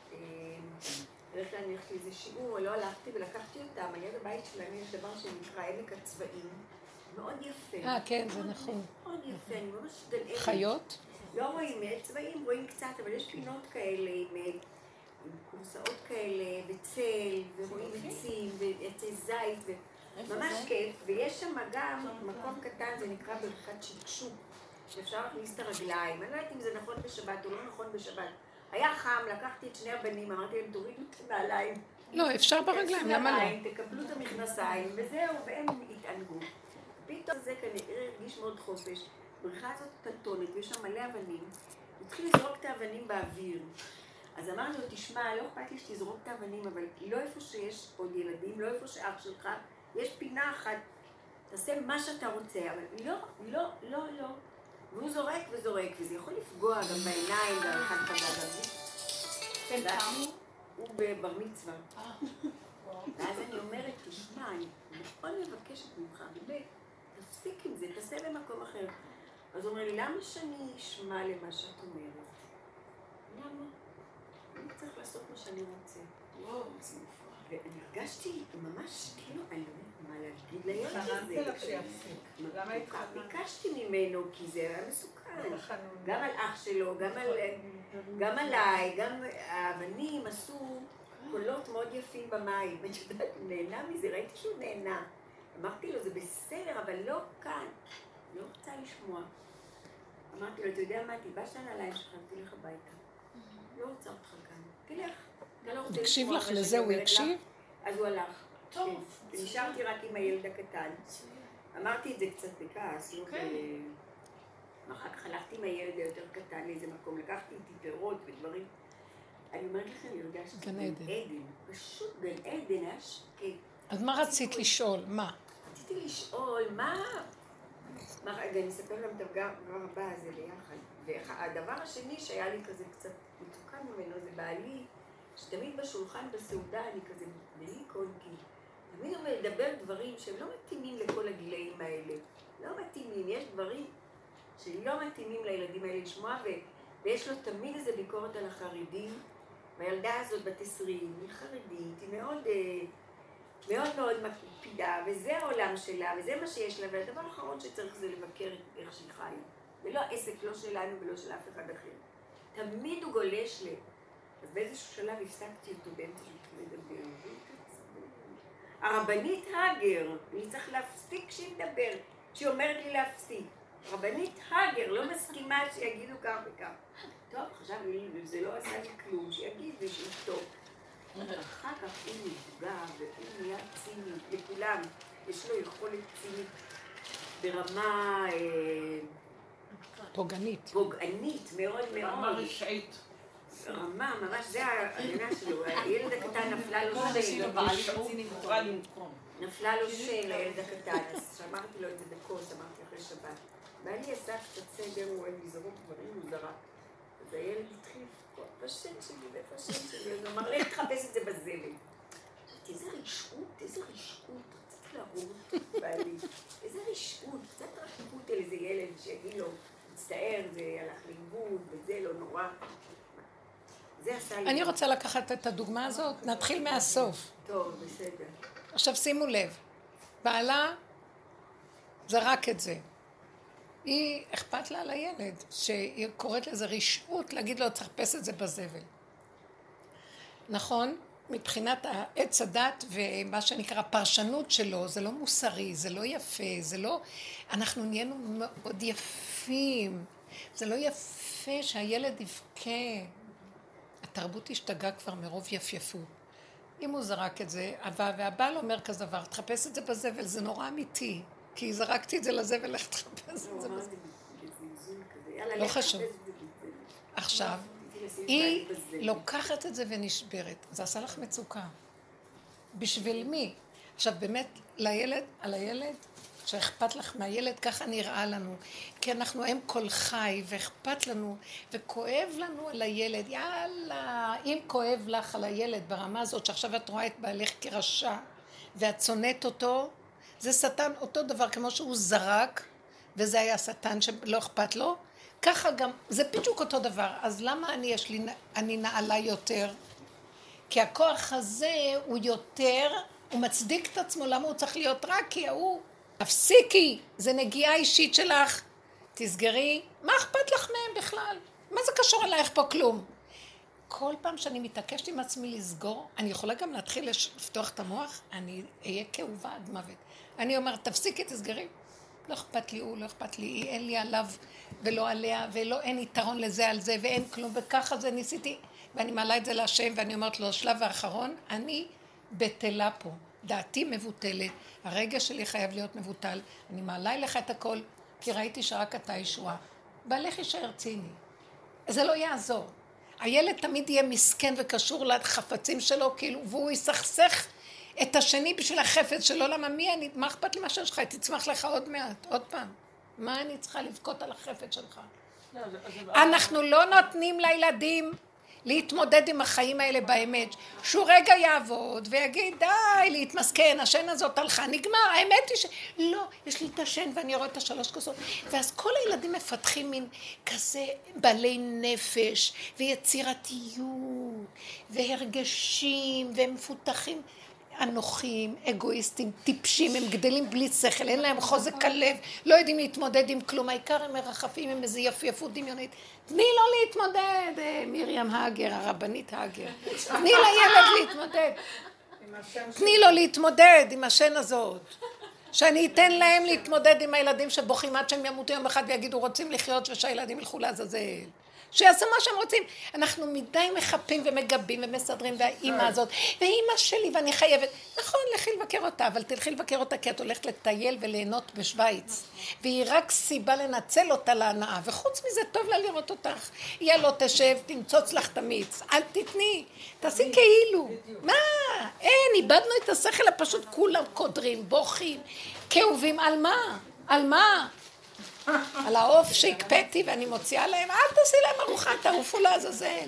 בדרך כלל אני הלכתי איזה שיעור, לא הלכתי ולקחתי אותם, על יד הבית שלהם יש דבר שנקרא עמק הצבעים, מאוד יפה. כן, זה נכון. מאוד יפה, אני ממש גן עדן. חיות? לא רואים צבעים, רואים קצת, אבל יש פינות כאלה עם קורסאות כאלה, וצל, ורואים עצים, ועצי זית, ממש כיף. ויש שם גם מקום קטן, זה נקרא בריכת שקשוק, שאפשר להכניס את הרגליים. אני לא יודעת אם זה נכון בשבת או לא נכון בשבת. היה חם, לקחתי את שני הבנים, אמרתי להם, תורידו את הנעליים. לא, אפשר ברגליים, למה לא? תקבלו את המכנסיים, וזהו, והם התענגו. פתאום זה כנראה הרגיש מאוד חופש. הבריכה הזאת קטנטונת, ויש שם מלא אבנים. התחיל לזרוק את האבנים באוויר. אז אמרנו לו, תשמע, לא אכפת לי שתזרוק את האבנים, אבל לא איפה שיש עוד ילדים, לא איפה שאח שלך, יש פינה אחת, תעשה מה שאתה רוצה, אבל לא. והוא זורק וזורק, וזה יכול לפגוע גם בעיניים, בעריכת פגע. כן, כמה? הוא בבר מצווה. ואז אני אומרת, תשמע, אני מאוד מבקשת ממך, באמת, תפסיק עם זה, תעשה במקום אחר. אז הוא אומר לי, למה שאני אשמע למה שאת אומרת? למה? אני צריך לעשות מה שאני רוצה. וואו, זה מופרע. ואני הרגשתי ממש, כאילו, אני לא יודעת מה להגיד לילד הזה. חננתי לך שיפסיק. למה התחננת? ביקשתי ממנו, כי זה היה מסוכן. גם על אח שלו, גם עליי, גם האבנים עשו קולות מאוד יפים במים. ואני יודעת, הוא נהנה מזה, ראיתי שהוא נהנה. אמרתי לו, זה בסדר, אבל לא כאן. לא רוצה לשמוע. אמרתי לו, אתה יודע מה, תלבש על הנעליים שלך, תלך הביתה. לא רוצה אותך כאן. תלך. אתה לא רוצה לשמוע. הקשיב לך לזה, הוא הקשיב? אז הוא הלך. טוב. נשארתי רק עם הילד הקטן. אמרתי את זה קצת בכעס. אחר כך הלכתי עם הילד היותר קטן לאיזה מקום, לקחתי איתי פירות ודברים. אני אומרת לכם, אני הרגשתי גן עדן. פשוט גן עדן, היה שקט. אז מה רצית לשאול? מה? רציתי לשאול, רגע, אני אספר גם את הדבר הבא הזה ביחד. והדבר השני שהיה לי כזה קצת מצוקה ממנו, זה בעלי, שתמיד בשולחן בסעודה אני כזה בלי קונקי. תמיד הוא מדבר דברים שהם לא מתאימים לכל הגילאים האלה. לא מתאימים, יש דברים שלא מתאימים לילדים האלה לשמוע, ויש לו תמיד איזו ביקורת על החרדים. והילדה הזאת בת 20, היא חרדית, היא מאוד מקפידה, וזה העולם שלה, וזה מה שיש לה, והדבר האחרון שצריך זה לבקר איך שהיא חיה. זה לא עסק, לא שלנו ולא של אף אחד אחר. תמיד הוא גולש לי. אז באיזשהו שלב הפסקתי אותו באמצע שהתחיל לדבר. הרבנית הגר, אני צריך להפסיק שהיא מדבר, שהיא אומרת לי להפסיק. רבנית הגר, לא מסכימה שיגידו כך וכך. טוב, חשבתי, זה לא עשה לי כלום, שיגיד ושישתוק. אחר כך הוא נפגע והוא נהיה ציני לכולם. יש לו יכולת צינית ברמה פוגענית. מאוד מאוד. רמה רשעית. רמה, ממש זה ההגנה שלו. הילד הקטן נפלה לו של הילד הקטן. אז שאמרתי לו את זה בכוס, אמרתי אחרי שבת. ואני עשה קצת סדר, הוא אוהב לזרוק דברים, הוא זרק. אז הילד התחיל לפקוד בשם שלי, הוא אמר, לך תחפש את זה בזבל. איזה רשעות, רציתי להרוג בעלי. איזה רשעות, קצת רחיקות על איזה ילד שיגיד לו, מצטער, זה הלך לאיבוד, וזה לא נורא. זה עשה לי. אני רוצה לקחת את הדוגמה הזאת, נתחיל מהסוף. טוב, בסדר. עכשיו שימו לב, בעלה זרק את זה. היא אכפת לה על הילד, שהיא קוראת לזה רשעות, להגיד לו, תחפש את זה בזבל. נכון? מבחינת העץ הדת ומה שנקרא פרשנות שלו, זה לא מוסרי, זה לא יפה, זה לא... אנחנו נהיינו מאוד יפים. זה לא יפה שהילד יבכה. התרבות השתגעה כבר מרוב יפייפות. אם הוא זרק את זה, והבעל אומר כזה דבר, תחפש את זה בזבל, זה נורא אמיתי. כי זרקתי את זה לזבל, איך תחפש את זה בזבל. לא חשוב. עכשיו, היא לוקחת את זה ונשברת. זה עשה לך מצוקה. בשביל מי? עכשיו באמת, על הילד, שאכפת לך מהילד, ככה נראה לנו. כי אנחנו אם כל חי, ואכפת לנו, וכואב לנו על הילד. יאללה, אם כואב לך על הילד ברמה הזאת, שעכשיו את רואה את בעלך כרשע, ואת שונאת אותו, זה שטן אותו דבר, כמו שהוא זרק, וזה היה שטן שלא אכפת לו, ככה גם, זה בדיוק אותו דבר. אז למה אני נעלה יותר? כי הכוח הזה הוא יותר, הוא מצדיק את עצמו, למה הוא צריך להיות רק? כי הוא, תפסיקי, זה נגיעה אישית שלך, תסגרי, מה אכפת לך מהם בכלל? מה זה קשור אלייך פה כלום? כל פעם שאני מתעקשת עם עצמי לסגור, אני יכולה גם להתחיל לפתוח את המוח, אני אהיה כאובה עד מוות. אני אומרת, תפסיקי, תסגרי. לא אכפת לי הוא, לא אכפת לי היא, אין לי עליו ולא עליה, אין יתרון לזה על זה, ואין כלום, וככה זה ניסיתי. ואני מעלה את זה להשם, ואני אומרת לו, השלב האחרון, אני בטלה פה. דעתי מבוטלת, הרגע שלי חייב להיות מבוטל. אני מעלה אליך את הכל, כי ראיתי שרק אתה ישועה. בעלך יישאר ציני. זה לא יעזור. הילד תמיד יהיה מסכן וקשור לחפצים שלו, כאילו, והוא יסכסך את השני בשביל החפץ שלו. למה מי אני, מה אכפת לי מה שלך? תצמח לך עוד מעט, עוד פעם. מה אני צריכה לבכות על החפץ שלך? אנחנו לא נותנים לילדים להתמודד עם החיים האלה באמת. שהוא רגע יעבוד ויגיד, די, להתמסכן, השן הזאת הלכה, נגמר. האמת היא לא, יש לי את השן ואני רואה את השלוש כוסות. ואז כל הילדים מפתחים מין כזה בעלי נפש ויצירתיות והרגשים והם מפותחים. אנוכיים, אגואיסטים, טיפשים, הם גדלים בלי שכל, אין להם חוזק הלב, לא יודעים להתמודד עם כלום, העיקר הם מרחפים עם איזו יפייפות דמיונית. תני לו להתמודד, מרים הגר, הרבנית הגר. תני לילד להתמודד. תני לו להתמודד עם השן הזאת. שאני אתן להם להתמודד עם הילדים שבוכים עד שהם ימותו יום אחד ויגידו רוצים לחיות ושהילדים ילכו לעזאזל. שיעשו מה שהם רוצים. אנחנו מדי מחפים ומגבים ומסדרים, והאימא הזאת, ואימא שלי, ואני חייבת, נכון, לכי לבקר אותה, אבל תלכי לבקר אותה, כי את הולכת לטייל וליהנות בשוויץ, והיא רק סיבה לנצל אותה להנאה, וחוץ מזה טוב לה לראות אותך. היא לא תשב, תמצוץ לך תמיץ, אל תתני, תעשי כאילו. מה? אין, איבדנו את השכל הפשוט, כולם קודרים, בוכים, כאובים, על מה? על מה? על העוף שהקפאתי ואני מוציאה להם, אל תעשי להם ארוחה, תעופו לעזאזל.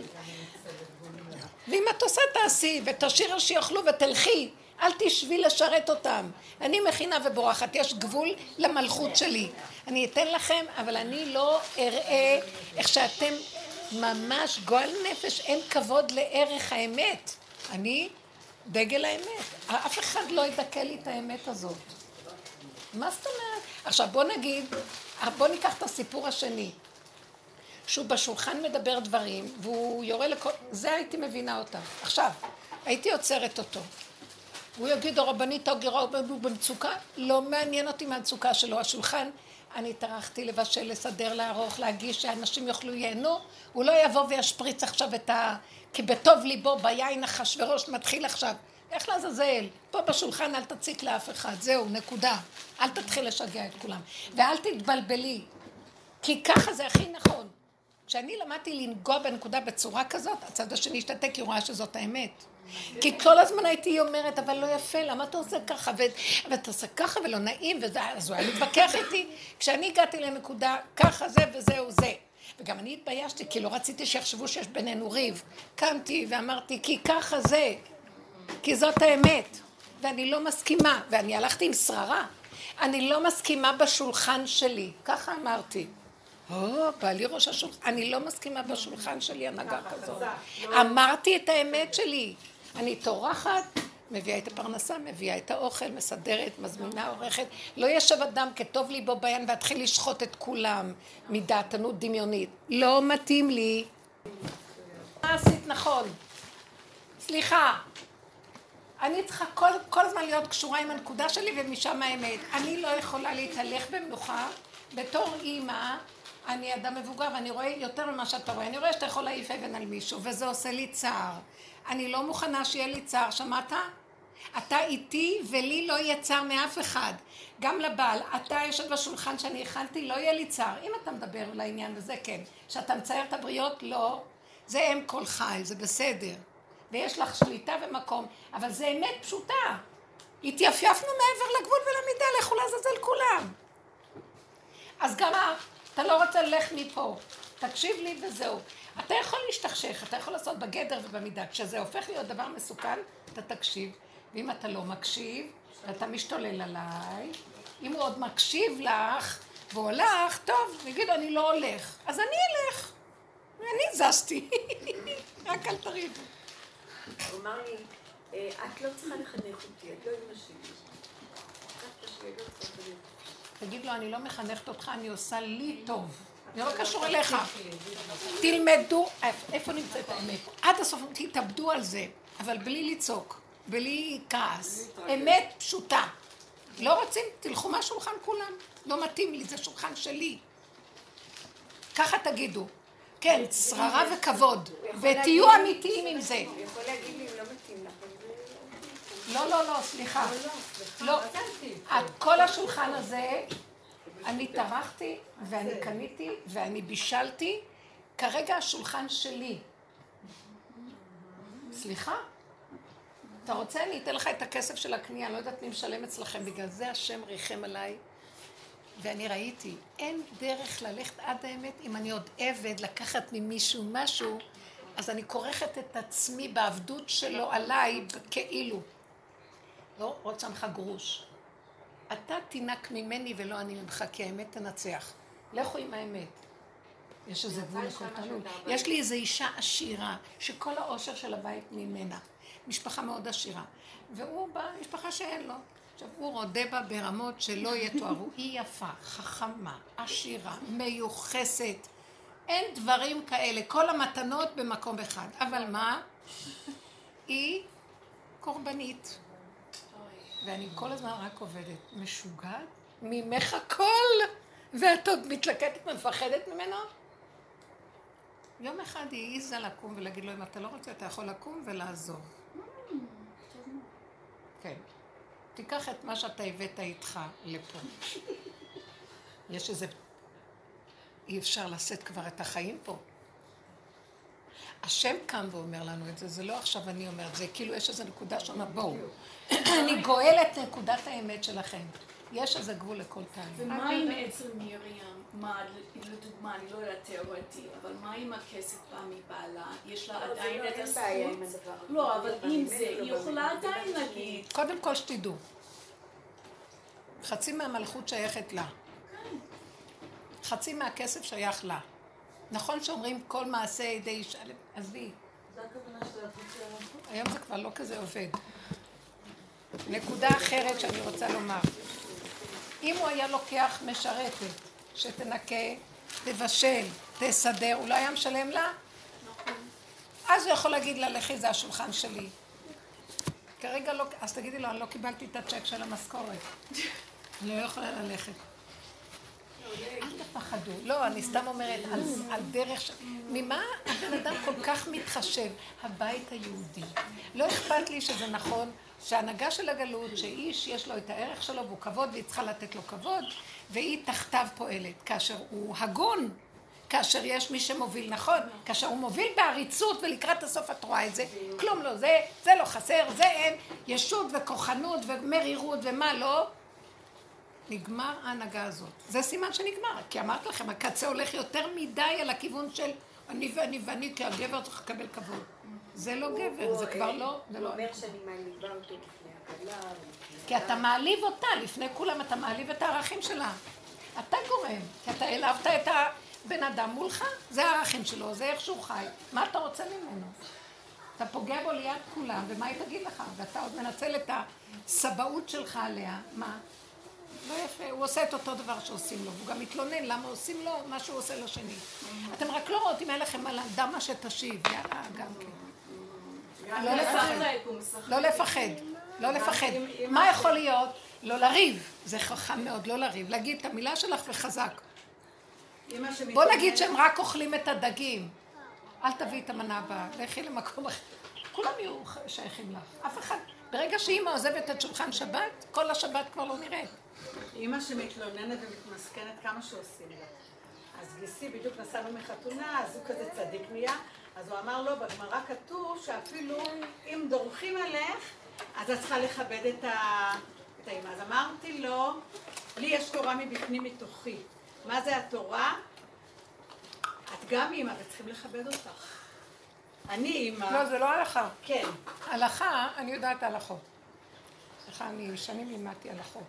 ואם את עושה תעשי ותשאיר שיאכלו ותלכי, אל תשבי לשרת אותם. אני מכינה ובורחת, יש גבול למלכות שלי. אני אתן לכם, אבל אני לא אראה איך שאתם ממש גועל נפש, אין כבוד לערך האמת. אני דגל האמת. אף אחד לא ידכא לי את האמת הזאת. מה זאת אומרת? עכשיו בוא ניקח את הסיפור השני, שהוא בשולחן מדבר דברים, והוא יורה לכל, זה הייתי מבינה אותה. עכשיו, הייתי עוצרת אותו. הוא יגיד, הרבנית הגרה, הוא במצוקה, לא מעניין אותי מהמצוקה שלו. השולחן, אני טרחתי לבשל, לסדר, לערוך, להגיש, שאנשים יוכלו ייהנו, הוא לא יבוא וישפריץ עכשיו כי בטוב ליבו, ביין אחשוורוש מתחיל עכשיו. איך לעזאזל? פה בשולחן אל תציק לאף אחד, זהו, נקודה. אל תתחיל לשגע את כולם. ואל תתבלבלי, כי ככה זה הכי נכון. כשאני למדתי לנגוע בנקודה בצורה כזאת, הצד השני השתתק, כי הוא רואה שזאת האמת. כי כל הזמן הייתי אומרת, אבל לא יפה, למה אתה עושה ככה? ואתה עושה ככה ולא נעים, אז הוא היה מתווכח איתי. כשאני הגעתי לנקודה, ככה זה וזהו זה. וגם אני התביישתי, כי לא רציתי שיחשבו שיש בינינו ריב. קמתי ואמרתי, כי ככה זה. כי זאת האמת, ואני לא מסכימה, ואני הלכתי עם שררה, אני לא מסכימה בשולחן שלי, ככה אמרתי. בעלי ראש השולחן, אני לא מסכימה בשולחן שלי הנהגה כזאת. אמרתי את האמת שלי, אני טורחת, מביאה את הפרנסה, מביאה את האוכל, מסדרת, מזמינה, עורכת, לא ישב אדם כטוב ליבו ביין והתחיל לשחוט את כולם מדעתנות דמיונית. לא מתאים לי. מה עשית נכון? סליחה. אני צריכה כל הזמן להיות קשורה עם הנקודה שלי ומשם האמת. אני לא יכולה להתהלך במנוחה. בתור אימא, אני אדם מבוגר ואני רואה יותר ממה שאתה רואה. אני רואה שאתה יכול להעיף אבן על מישהו וזה עושה לי צער. אני לא מוכנה שיהיה לי צער, שמעת? אתה איתי ולי לא יהיה צער מאף אחד. גם לבעל, אתה יושב בשולחן שאני הכנתי, לא יהיה לי צער. אם אתה מדבר לעניין וזה כן. שאתה מצייר את הבריות, לא. זה אם כל חי, זה בסדר. ויש לך שליטה ומקום, אבל זה אמת פשוטה. התייפייפנו מעבר לגבול ולמידה, לכו לעזאזל כולם. אז גם אתה לא רוצה ללך מפה, תקשיב לי וזהו. אתה יכול להשתכשך, אתה יכול לעשות בגדר ובמידה. כשזה הופך להיות דבר מסוכן, אתה תקשיב. ואם אתה לא מקשיב, ואתה משתולל עליי, אם הוא עוד מקשיב לך, והוא הולך, טוב, נגיד אני לא הולך, אז אני אלך. ואני זזתי. רק אל תריבו. הוא אמר לי, את לא צריכה לחנך אותי, את לא אמא שלי. תגיד לו, אני לא מחנכת אותך, אני עושה לי טוב. זה לא קשור אליך. תלמדו, איפה נמצאת האמת? עד הסוף תתאבדו על זה, אבל בלי לצעוק, בלי כעס. אמת פשוטה. לא רוצים, תלכו מהשולחן כולם. לא מתאים לי, זה שולחן שלי. ככה תגידו. כן, שררה וכבוד, ותהיו אמיתיים עם זה. הוא יכול להגיד לי, לא מתאים לך. לא, סליחה. לא, כל השולחן הזה, אני טרחתי ואני קניתי ואני בישלתי, כרגע השולחן שלי. סליחה? אתה רוצה? אני אתן לך את הכסף של הקנייה, לא יודעת מי משלם אצלכם, בגלל זה השם ריחם עליי. ואני ראיתי, אין דרך ללכת עד האמת, אם אני עוד עבד לקחת ממישהו משהו, אז אני כורכת את עצמי בעבדות שלו עליי כאילו. לא רוצה ממך גרוש. אתה תינק ממני ולא אני ממך, כי האמת תנצח. לכו עם האמת. יש איזה גבול לכל תלוי. יש לי איזו אישה עשירה, שכל העושר של הבית ממנה. משפחה מאוד עשירה. והוא בא, משפחה שאין לו. עכשיו, הוא רודה בה ברמות שלא יתוארו. היא יפה, חכמה, עשירה, מיוחסת. אין דברים כאלה. כל המתנות במקום אחד. אבל מה? היא קורבנית. ואני כל הזמן רק עובדת. משוגעת? ממך הכל? ואת עוד מתלקטת ומפחדת ממנו? יום אחד היא העיזה לקום ולהגיד לו, אם אתה לא רוצה, אתה יכול לקום ולעזוב. כן. תיקח את מה שאתה הבאת איתך לפה. יש איזה... אי אפשר לשאת כבר את החיים פה. השם קם ואומר לנו את זה, זה לא עכשיו אני אומרת, זה כאילו יש איזו נקודה שונה, בואו. אני גואלת נקודת האמת שלכם. יש איזה גבול לכל טעם. ומה עם אצל מרים? מה, לדוגמה, אני לא יודעת תיאורטי, אבל מה עם הכסף בא מבעלה? יש לה עדיין את הזכות? לא, אבל אם זה, היא יכולה עדיין להגיד. קודם כל שתדעו. חצי מהמלכות שייכת לה. חצי מהכסף שייך לה. נכון שאומרים כל מעשה ידי אישה, עזבי. זה הכוונה של המלכות. היום זה כבר לא כזה עובד. נקודה אחרת שאני רוצה לומר. אם הוא היה לוקח משרתת, שתנקה, תבשל, תסדר, הוא לא היה משלם לה? אז הוא יכול להגיד לה, לכי, זה השולחן שלי. כרגע לא, אז תגידי לו, אני לא קיבלתי את הצ'ק של המשכורת. אני לא יכולה ללכת. אל תפחדו. לא, אני סתם אומרת על דרך ממה הבן אדם כל כך מתחשב? הבית היהודי. לא אכפת לי שזה נכון שההנהגה של הגלות, שאיש יש לו את הערך שלו והוא כבוד והיא צריכה לתת לו כבוד, והיא תחתיו פועלת. כאשר הוא הגון, כאשר יש מי שמוביל נכון, כאשר הוא מוביל בעריצות ולקראת הסוף את רואה את זה, כלום לא, זה לא חסר, זה אין, ישות וכוחנות ומרירות ומה לא, נגמר ההנהגה הזאת. זה סימן שנגמר, כי אמרת לכם, הקצה הולך יותר מדי על הכיוון של אני, כי הגבר צריך לקבל כבוד. זה לא גבר, זה כבר לא... הוא אומר שאני מעליבה אותו לפני הקלה. כי אתה מעליב אותה, לפני כולם אתה מעליב את הערכים שלה. אתה גורם, כי אתה העלבת את הבן אדם מולך, זה הערכים שלו, זה איך שהוא חי. מה אתה רוצה ממנו? אתה פוגע בו ליד כולם, ומה היא תגיד לך? ואתה עוד מנצל את הסבאות שלך עליה, מה? לא יפה, הוא עושה את אותו דבר שעושים לו, והוא גם מתלונן למה עושים לו מה שהוא עושה לשני. אתם רק לא רואים, היה לכם על אדמה שתשיב, יאללה, גם כן. לא לפחד, לא לפחד, לא לפחד. מה יכול להיות? לא לריב, זה חכם מאוד, לא לריב, להגיד את המילה שלך וחזק. בוא נגיד שהם רק אוכלים את הדגים, אל תביאי את המנה הבאה, לכי למקום אחר. כולם יהיו שייכים לך, אף אחד. ברגע שאמא עוזבת את שולחן שבת, כל השבת כבר לא נראית. אמא שמתלוננת ומתמסכנת כמה שעושים לה. אז גיסי בדיוק נסענו מחתונה, אז הוא כזה צדיק נהיה, אז הוא אמר לו, בגמרא כתוב שאפילו אם דורכים עליך, אז את צריכה לכבד את האמא. אז אמרתי לו, לי יש תורה מבפנים מתוכי. מה זה התורה? את גם אמא, וצריכים לכבד אותך. אני אמא. לא, זה לא הלכה. כן. הלכה, אני יודעת הלכות. הלכה, אני שנים לימדתי הלכות.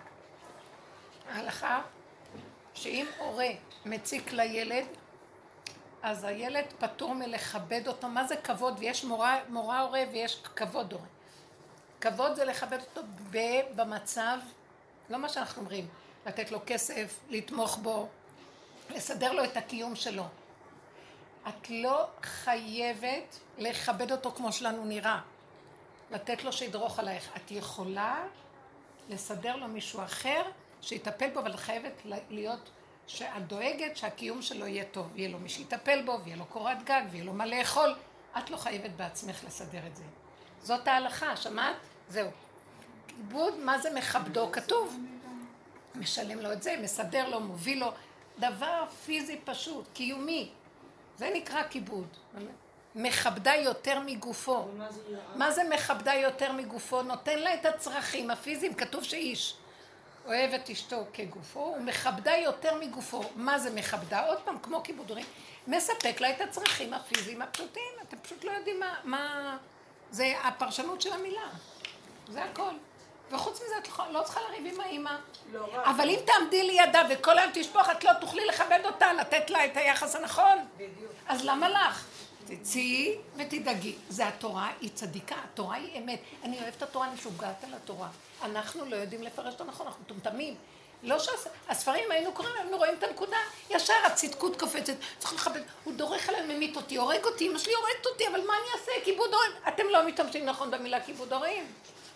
ההלכה, שאם הורה מציק לילד, אז הילד פטור מלכבד אותו. מה זה כבוד? ויש מורה הורה ויש כבוד הורה. כבוד זה לכבד אותו במצב, לא מה שאנחנו אומרים, לתת לו כסף, לתמוך בו, לסדר לו את הקיום שלו. את לא חייבת לכבד אותו כמו שלנו נראה, לתת לו שידרוך עלייך. את יכולה לסדר לו מישהו אחר שיטפל בו, אבל חייבת להיות שאת דואגת שהקיום שלו יהיה טוב, יהיה לו מי שיטפל בו, ויהיה לו קורת גג, ויהיה לו מה לאכול. את לא חייבת בעצמך לסדר את זה. זאת ההלכה, שמעת? זהו. כיבוד, מה זה מכבדו? כתוב. משלם לו את זה, מסדר לו, מוביל לו. דבר פיזי פשוט, קיומי. זה נקרא כיבוד. מכבדה יותר מגופו. מה זה מכבדה יותר מגופו? נותן לה את הצרכים הפיזיים. כתוב שאיש אוהב את אשתו כגופו, הוא מכבדה יותר מגופו. מה זה מכבדה? עוד פעם, כמו כיבוד הורים, מספק לה את הצרכים הפיזיים הפשוטים. אתם פשוט לא יודעים מה... זה הפרשנות של המילה. זה הכל. וחוץ מזה את לא צריכה לריב עם האמא. אבל אם תעמדי לידה וכל היום תשפוך, את לא תוכלי לכבד אותה, לתת לה את היחס הנכון. אז למה לך? תצאי ותדאגי. זה התורה, היא צדיקה, התורה היא אמת. אני אוהבת את התורה, אני משוגעת על התורה. אנחנו לא יודעים לפרש את הנכון, אנחנו טומטמים. לא שהספרים היינו קוראים, היינו רואים את הנקודה, ישר הצדקות קופצת, צריך לכבד, הוא דורך עליהם, ממית אותי, הורג אותי, אמא שלי הורגת אותי, אבל מה אני אעשה? כיבוד הורים. אתם לא מתאמצים נכון במילה כיבוד הורים.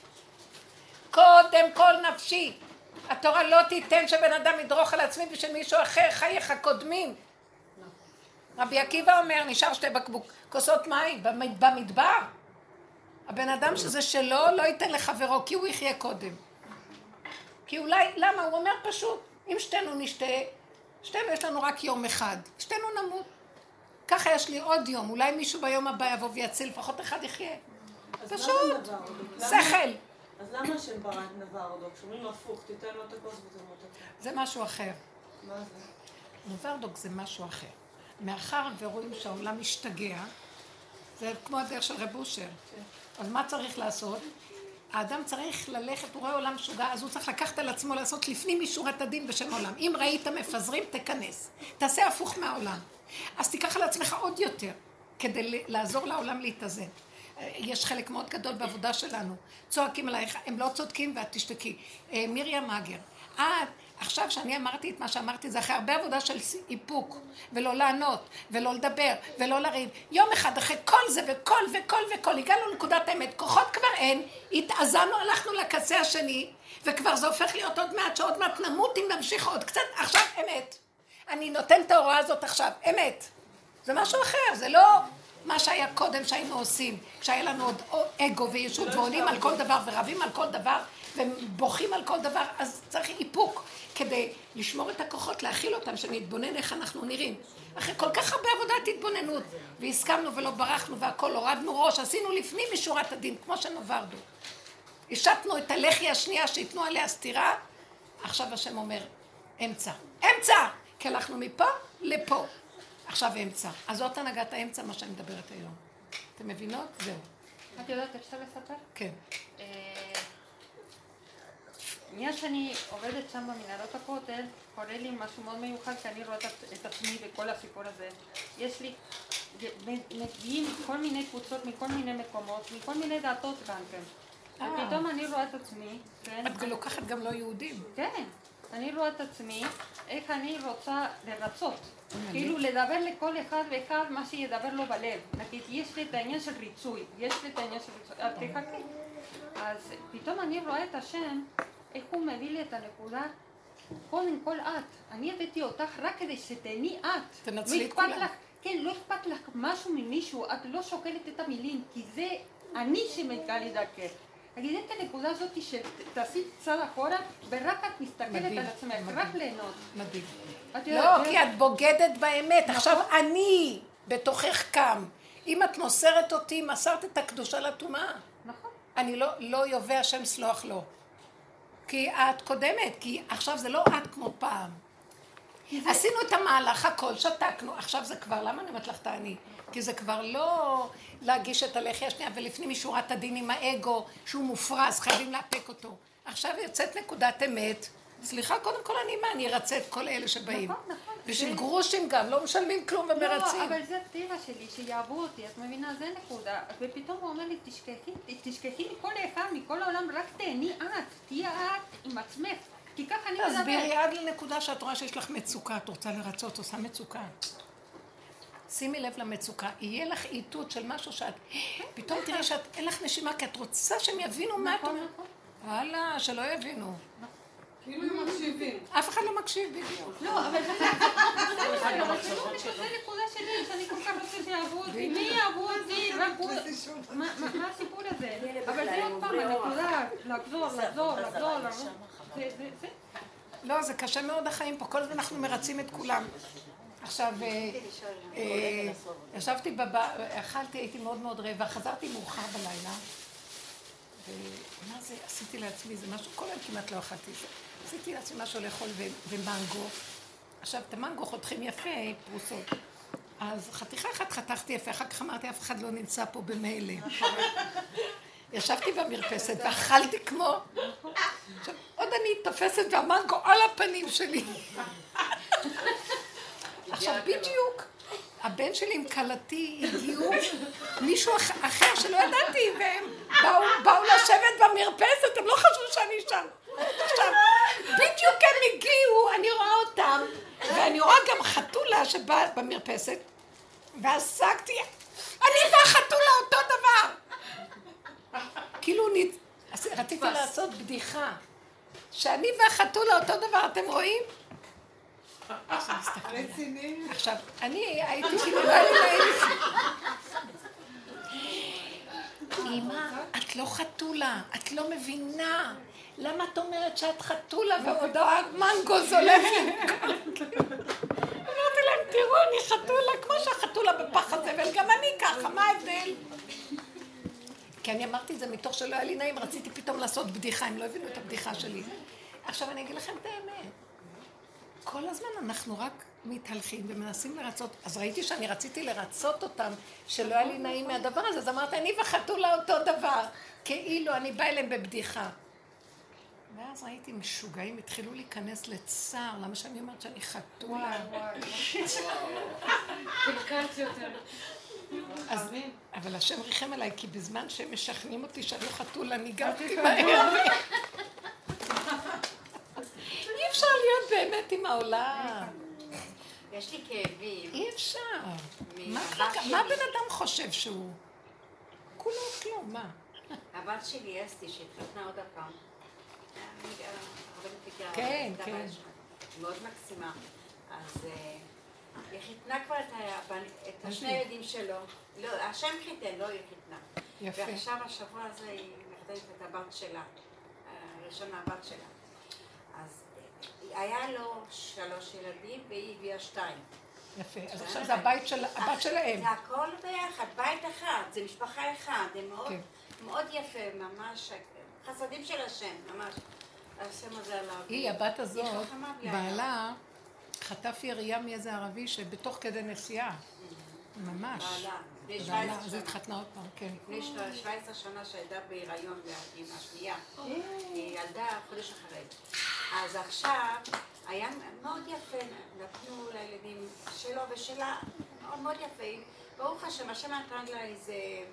קודם כל נפשי. התורה לא תיתן שבן אדם ידרוך על עצמי ושמישהו אחר חייך קודמים. רבי עקיבא אומר, נשאר 2 כוסות מים במדבר. הבן אדם שזה שלו לא ייתן לחברו, כי הוא יחיה קודם. כי אולי, למה? הוא אומר פשוט, אם שתינו נשתה, שתינו יש לנו רק יום אחד, שתינו נמות. ככה יש לי עוד יום, אולי מישהו ביום הבא יבוא ויציל, לפחות אחד יחיה. פשוט, שכל. אז למה השם ברא את נברדוק? שאומרים הפוך, תיתן לו את הכוס ותן לו את הכוס. זה משהו אחר. מה זה? נברדוק זה משהו אחר. מאחר ורואים שהעולם משתגע, זה כמו הדרך של רב אושר. אז מה צריך לעשות? האדם צריך ללכת, הוא רואה עולם משוגע, אז הוא צריך לקחת על עצמו לעשות לפנים משורת הדין בשם עולם. אם ראית מפזרים, תכנס. תעשה הפוך מהעולם. אז תיקח על עצמך עוד יותר, כדי לעזור לעולם להתאזן. יש חלק מאוד גדול בעבודה שלנו. צועקים עלייך, הם לא צודקים ואת תשתקי. מרים מאגר, עכשיו שאני אמרתי את מה שאמרתי, זה אחרי הרבה עבודה של איפוק, ולא לענות, ולא לדבר, ולא לריב. יום אחד אחרי כל זה וכל, הגענו לנקודת האמת, כוחות כבר אין, התאזנו, הלכנו לקצה השני, וכבר זה הופך להיות עוד מעט, שעוד מעט נמות אם נמשיך עוד קצת, עכשיו אמת. אני נותן את ההוראה הזאת עכשיו, אמת. זה משהו אחר, זה לא מה שהיה קודם שהיינו עושים, כשהיה לנו עוד אגו וישות, ועולים על כל דבר ורבים על כל דבר, ובוכים על כל דבר, אז צריך איפוק כדי לשמור את הכוחות, להכיל אותם, שנתבונן איך אנחנו נראים. אחרי כל כך הרבה עבודת התבוננות, והסכמנו ולא ברחנו והכל, הורדנו ראש, עשינו לפנים משורת הדין, כמו שנוברדו. השתנו את הלחי השנייה שיתנו עליה סתירה, עכשיו השם אומר, אמצע, כי הלכנו מפה לפה, עכשיו אמצע. אז זאת הנהגת האמצע, מה שאני מדברת היום. אתם מבינות? זהו. את יודעת, אפשר לספר? כן. מאז שאני עובדת שם במנהרות הכותל, קורה לי משהו מאוד מיוחד, כי אני רואה את עצמי בכל הסיפור הזה. יש לי, מגיעים כל מיני קבוצות מכל מיני מקומות, מכל מיני דעתות גם כן. ופתאום אני רואה את עצמי, כן? את לוקחת גם לא יהודים. כן. אני רואה את עצמי, איך אני רוצה לרצות. כאילו לדבר לכל אחד ואחד מה שידבר לו בלב. נגיד, יש לי את העניין של ריצוי, תחכי. אז פתאום אני רואה את השם, איך הוא מביא לי את הנקודה, קודם כל את. אני הבאתי אותך רק כדי שתהני את. תנצלי את כולם. כן, לא אכפת לך משהו ממישהו, את לא שוקלת את המילים, כי זה אני שמתגלה לדרכך. תגידי את הנקודה הזאת שתעשי צד אחורה, ורק את מסתכלת על עצמך, רק ליהנות. מדהים. לא, כי את בוגדת באמת. עכשיו אני בתוכך קם. אם את מוסרת אותי, מסרת את הקדושה לטומאה. נכון. אני לא יובא השם סלוח לו. כי את קודמת, כי עכשיו זה לא את כמו פעם. עשינו את המהלך, הכל, שתקנו. עכשיו זה כבר, למה אני אומרת לך תעני? כי זה כבר לא להגיש את הלחי השנייה ולפנים משורת הדין עם האגו שהוא מופרז, חייבים להפק אותו. עכשיו יוצאת נקודת אמת. סליחה, קודם כל אני ארצה את כל אלה שבאים. נכון, נכון. בשביל גרושים גם, לא משלמים כלום ומרצים. לא, אבל זה טבע שלי, שיאהבו אותי, את מבינה, זה נקודה. ופתאום הוא אומר לי, תשכחי מכל אחד, מכל העולם, רק תהני את, תהיה את עם עצמך. כי ככה אני מדברת. תסבירי עד לנקודה שאת רואה שיש לך מצוקה, את רוצה לרצות, עושה מצוקה. שימי לב למצוקה, יהיה לך איתות של משהו שאת, פתאום תראי שאת, אין לך נשימה, כי את רוצה שהם יבינו מה את אומרת. הלאה, שלא יבינו. כאילו הם מקשיבים. אף אחד לא מקשיב בדיוק. לא, אבל זה נקודה שלי, שאני כל כך רוצה שיאהבו אותי. מי יאהבו אותי? מה הסיפור הזה? אבל זה עוד פעם, הנקודה, לחזור. לא, זה קשה מאוד החיים פה, כל הזמן אנחנו מרצים את כולם. עכשיו, ישבתי אכלתי, הייתי מאוד מאוד רעבה, חזרתי מאוחר בלילה, ומה זה, עשיתי לעצמי, זה משהו, כל היום כמעט לא אכלתי, עשיתי לעצמי משהו לאכול ומנגו. עכשיו, את המנגו חותכים יפה, פרוסות. אז חתיכה אחת חתכתי יפה, אחר כך אמרתי, אף אחד לא נמצא פה במילא. ישבתי במרפסת ואכלתי כמו... עכשיו, עוד אני תופסת והמנגו על הפנים שלי. עכשיו, בדיוק, הבן שלי עם קלתי הגיעו מישהו אחר שלא ידעתי, והם באו לשבת במרפסת, הם לא חשבו שאני שם. עכשיו, בדיוק הם הגיעו, אני רואה אותם, ואני רואה גם חתולה שבאה במרפסת, ועסקתי, אני והחתולה אותו דבר. כאילו, רציתי לעשות בדיחה, שאני והחתולה אותו דבר, אתם רואים? רציני. עכשיו, אני הייתי כאילו, לא היה לי אמא, את לא חתולה, את לא מבינה. למה את אומרת שאת חתולה ועוד המנגו זולף? אמרתי להם, תראו, אני חתולה, כמו שהחתולה בפח הזבל, גם אני ככה, מה ההבדל? כי אני אמרתי את זה מתוך שלא היה לי נעים, רציתי פתאום לעשות בדיחה, הם לא הבינו את הבדיחה שלי. עכשיו אני אגיד לכם את האמת. כל הזמן אנחנו רק מתהלכים ומנסים לרצות, אז ראיתי שאני רציתי לרצות אותם, שלא היה לי נעים מהדבר הזה, אז אמרתי, אני וחתולה אותו דבר, כאילו אני באה אליהם בבדיחה. ואז ראיתי משוגעים, התחילו להיכנס לצער, למה שאני אומרת שאני חתולה? פלקלתי יותר. אבל השם ריחם עליי, כי בזמן שהם משכנעים אותי שאני חתולה, אני גרתי מהר. אי אפשר להיות באמת עם העולם. יש לי כאבים. אי אפשר. מה בן אדם חושב שהוא? כולו כלום, מה? הבת שלי אסתי שהתחתנה עוד הפעם. כן. מאוד מקסימה. אז היא חיתנה כבר את השני ילדים שלו. לא, השם חיתן, לא היא חיתנה. יפה. ועכשיו השבוע הזה היא מחתנת את הבת שלה. הראשונה הבת שלה. אז היה לו 3 ילדים והיא הביאה 2. יפה, אז עכשיו זה הבת שלהם. זה הכל ביחד, בית אחד, זה משפחה אחד, זה מאוד יפה, ממש, חסדים של השם, ממש. השם הזה עליו. היא, הבת הזאת, בעלה, חטף ירייה מאיזה ערבי שבתוך כדי נסיעה. ממש. בעלה, אז התחתנה עוד פעם, כן. לפני 17 שנה שהייתה בהיריון עם השנייה. היא ילדה חודש אחרי. אז עכשיו היה מאוד יפה, נתנו לילדים שלו ושלה, מאוד יפה. ברוך השם, השם נתן לה איזה...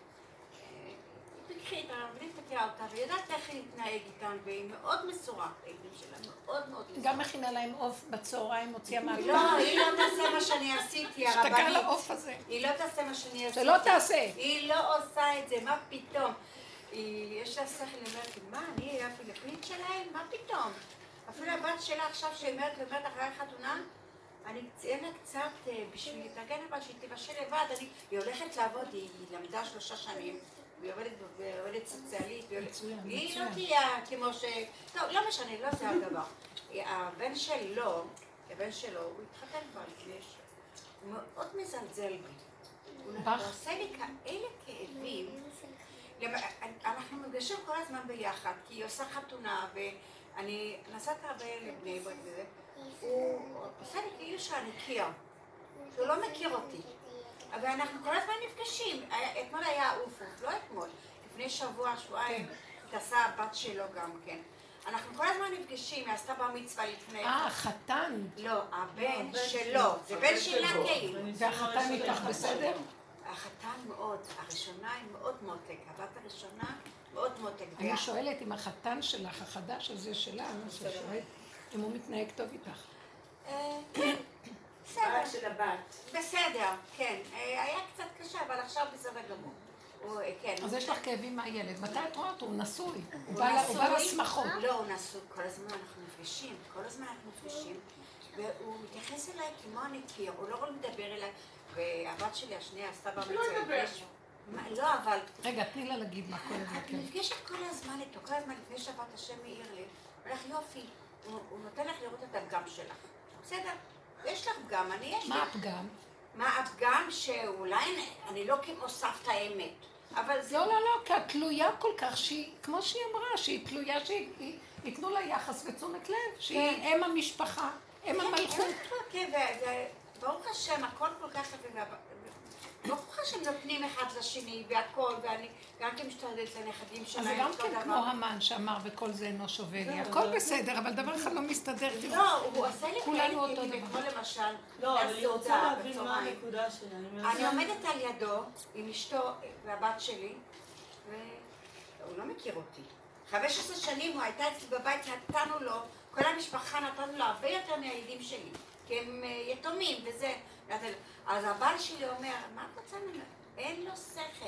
תקחי איתה, ולהתפתח אותה, ויודעת איך להתנהג איתן, והיא מאוד מסורה, הילדים שלה, מאוד מסורה. גם מכינה להם עוף בצהריים, הוציאה מהגלל. לא, היא לא תעשה מה שאני עשיתי, הרבנית. שתקע לעוף הזה. היא לא תעשה מה שאני עשיתי. שלא תעשה. היא לא עושה את זה, מה פתאום? יש לה שכל, היא אומרת לי, מה, אני אהיה הפילפינית שלהם? מה פתאום? אפילו הבת שלה עכשיו שאומרת אחרי חתונה, אני אציין לה קצת בשביל להתארגן אבל שהיא תבשל לבד, היא הולכת לעבוד, היא למדה 3 שנים והיא עובדת סוציאלית, היא לא תהיה כמו ש... טוב, לא משנה, לא זה הדבר. הבן שלו, הוא התחתן כבר לפני הוא מאוד מזלזל בי. הוא עושה לי כאלה כאבים. אנחנו מפגשים כל הזמן ביחד, כי היא עושה חתונה, ואני נסעת הרבה לבני ברק וזה. הוא עושה לי כאילו שאני מכיר. שהוא לא מכיר אותי. אבל אנחנו כל הזמן נפגשים. אתמול היה אופוף, לא אתמול. לפני שבועיים, התעשה הבת שלו גם כן. אנחנו כל הזמן נפגשים, היא עשתה בר מצווה לפני... החתן. לא, הבן שלו. זה בן שלה כאילו. והחתן איתך בסדר? החתן מאוד, הראשונה היא מאוד מותק. הבת הראשונה מאוד מותק. אני שואלת אם החתן שלך, החדש הזה שלה, אם הוא מתנהג טוב איתך. בסדר. של הבת. בסדר, כן. היה קצת קשה, אבל עכשיו בסדר גמור. אז יש לך כאבים מהילד. מתי את רואה אותו? הוא נשוי. הוא בא לשמחות. לא, הוא נשוי. כל הזמן אנחנו נפגשים. והוא מתייחס אליי כמו אני מכיר. הוא לא יכול לדבר אליי. והבת שלי השנייה עשתה במצוות. לא, אבל... רגע, תני לה להגיד מה כל הזמן. את נפגשת כל הזמן איתו. כל הזמן לפני שבת השם מעיר לי. הולך יופי. הוא נותן לך לראות את הפגם שלך. בסדר? יש לך פגם, אני יש לי. מה הפגם? מה הפגם שאולי אני לא כמו סבתא אמת. אבל זה... לא, כי את תלויה כל כך, שהיא, כמו שהיא אמרה, שהיא תלויה שיתנו לה יחס ותשומת לב, שהיא אם המשפחה, אם המלכות. כן, וברוך השם, הכל כל כך... ברוך השם נותנים אחד לשני והכל, ואני גם כן משתדלת לנכדים שלהם. אז זה גם כן כמו המן שאמר וכל זה אינו שווה לי. הכל בסדר, אבל דבר אחד לא מסתדר. לא, הוא עושה לי כולנו אותו דבר. כמו למשל, לא, אבל היא רוצה להבין מה הנקודה שלה. אני עומדת על ידו עם אשתו והבת שלי, והוא לא מכיר אותי. 15 שנים הוא הייתה אצלי בבית, נתנו לו, כל המשפחה נתנו לו הרבה יותר מהילדים שלי, כי הם יתומים וזה. אז הבעל שלי אומר, מה את רוצה ממנו? אין לו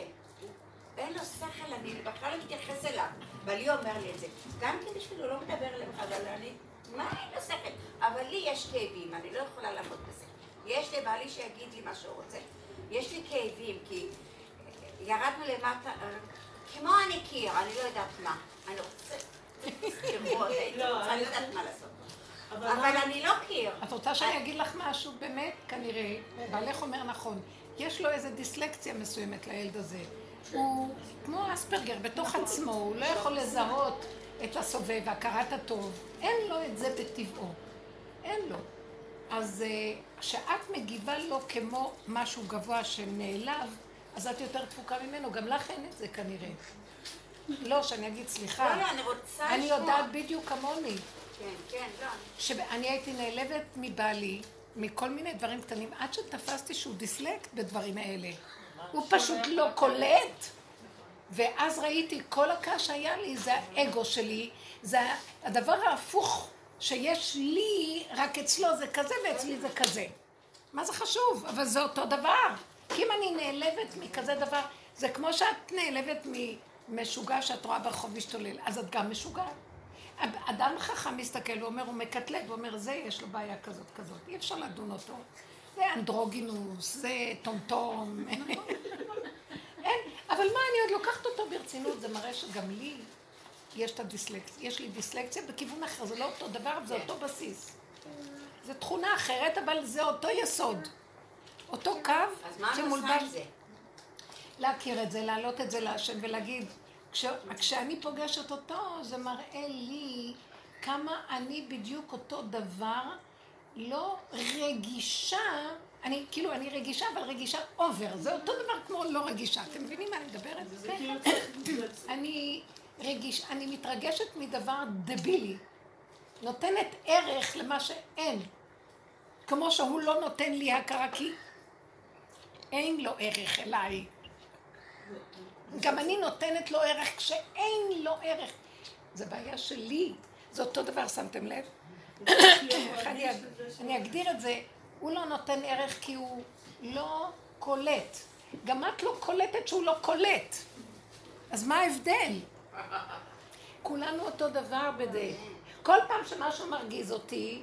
שכל, אני בכלל לא מתייחס אליו. בעלי אומר לי את זה. גם כן בשבילו לא מדבר אליו, אבל אני, מה אין לו שכל? אבל לי יש כאבים, אני לא יכולה לעמוד בזה. יש לי בעלי שיגיד לי מה שהוא רוצה. יש לי כאבים, כי ירדנו למטה, כמו אני קיר, אני לא יודעת מה. אני רוצה, תראו, אני לא יודעת מה לעשות. אבל אני לא קיר. את רוצה שאני אגיד לך משהו? באמת, כנראה, בעלך אומר נכון, יש לו איזו דיסלקציה מסוימת לילד הזה. הוא כמו אספרגר בתוך עצמו, הוא לא יכול לזהות את הסובב, הכרת הטוב. אין לו את זה בטבעו. אין לו. אז כשאת מגיבה לו כמו משהו גבוה שנעלב, אז את יותר תפוקה ממנו. גם לך אין את זה כנראה. לא, שאני אגיד סליחה. לא, אני רוצה... אני יודעת בדיוק כמוני. כן, לא. שאני הייתי נעלבת מבעלי, מכל מיני דברים קטנים, עד שתפסתי שהוא דיסלקט בדברים האלה. הוא פשוט לא קולט, ואז ראיתי, כל הכעס שהיה לי, זה האגו שלי, זה הדבר ההפוך שיש לי, רק אצלו זה כזה ואצלי זה כזה. מה זה חשוב? אבל זה אותו דבר. כי אם אני נעלבת מכזה דבר, זה כמו שאת נעלבת משוגע שאת רואה ברחוב משתולל, אז את גם משוגעת. אדם חכם מסתכל ואומר, הוא מקטלג ואומר, זה יש לו בעיה כזאת. אי אפשר לדון אותו. זה אנדרוגינוס, זה טומטום. אין, אבל מה, אני עוד לוקחת אותו ברצינות, זה מראה שגם לי יש את הדיסלקציה. יש לי דיסלקציה בכיוון אחר, זה לא אותו דבר, זה אותו בסיס. זה תכונה אחרת, אבל זה אותו יסוד. אותו קו שמולבש. אז מה זה? להכיר את זה, להעלות את זה להשם ולהגיד, כשאני פוגשת אותו, זה מראה לי כמה אני בדיוק אותו דבר, לא רגישה, אני רגישה, אבל רגישה אובר, זה אותו דבר כמו לא רגישה, אתם מבינים מה אני מדברת? אני מתרגשת מדבר דבילי, נותנת ערך למה שאין, כמו שהוא לא נותן לי הכרה, כי אין לו ערך אליי. גם אני נותנת לו ערך כשאין לו ערך. זה בעיה שלי. זה אותו דבר, שמתם לב? אני אגדיר את זה, הוא לא נותן ערך כי הוא לא קולט. גם את לא קולטת שהוא לא קולט. אז מה ההבדל? כולנו אותו דבר בזה. כל פעם שמשהו מרגיז אותי,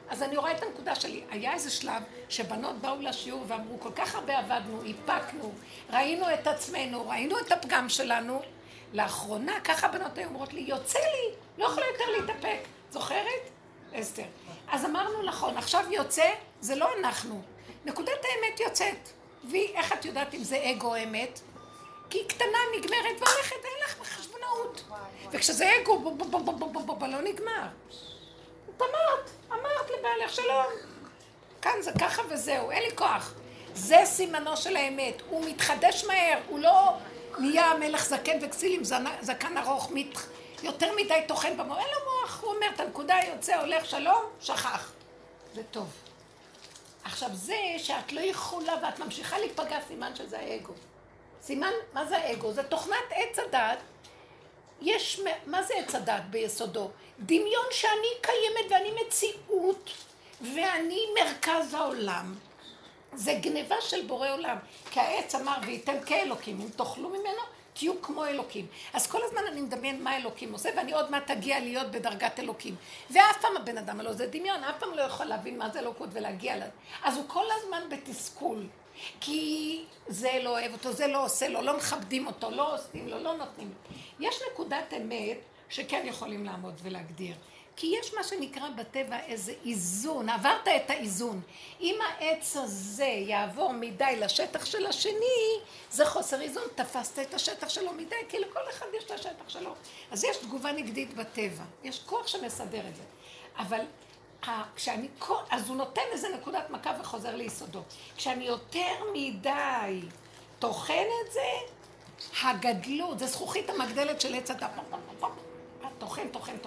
אז אני רואה את הנקודה שלי. היה איזה שלב שבנות באו לשיעור ואמרו, כל כך הרבה עבדנו, איפקנו, ראינו את עצמנו, ראינו את הפגם שלנו. לאחרונה, ככה בנות היו אומרות לי, יוצא לי, לא יכולה יותר להתאפק. זוכרת? אסתר. אז אמרנו נכון, עכשיו יוצא, זה לא אנחנו. נקודת האמת יוצאת. ואיך את יודעת אם זה אגו אמת? כי היא קטנה, נגמרת והולכת, אין לך חשבונאות. וכשזה אגו, לא נגמר. את אמרת לבעלך שלום. כאן זה ככה וזהו, אין לי כוח. זה סימנו של האמת. הוא מתחדש מהר, הוא לא נהיה מלך זקן וכסיל עם זקן ארוך, יותר מדי תוכן במוח. אין לו מוח, הוא אומר, את הנקודה יוצא, הולך שלום, שכח. זה טוב. עכשיו זה שאת לא יכולה ואת ממשיכה להיפגע, סימן שזה האגו. סימן, מה זה האגו? זה תוכנת עץ הדת. יש, מה זה עץ הדת ביסודו? דמיון שאני קיימת ואני מציאות ואני מרכז העולם. זה גניבה של בורא עולם. כי העץ אמר וייתן כאלוקים, אם תאכלו ממנו, תהיו כמו אלוקים. אז כל הזמן אני מדמיין מה אלוקים עושה, ואני עוד מעט תגיע להיות בדרגת אלוקים. ואף פעם הבן אדם לא זה דמיון, אף פעם לא יכול להבין מה זה אלוקות ולהגיע לזה. אז הוא כל הזמן בתסכול. כי זה לא אוהב אותו, זה לא עושה לו, לא מכבדים אותו, לא עושים לו, לא נותנים. יש נקודת אמת שכן יכולים לעמוד ולהגדיר. כי יש מה שנקרא בטבע איזה איזון, עברת את האיזון. אם העץ הזה יעבור מדי לשטח של השני, זה חוסר איזון, תפסת את השטח שלו מדי, כי לכל אחד יש את השטח שלו. אז יש תגובה נגדית בטבע, יש כוח שמסדר את זה. אבל אז הוא נותן איזה נקודת מכה וחוזר ליסודו. כשאני יותר מדי תוכן את זה, הגדלות, זה זכוכית המגדלת של עץ הדת. תוכן,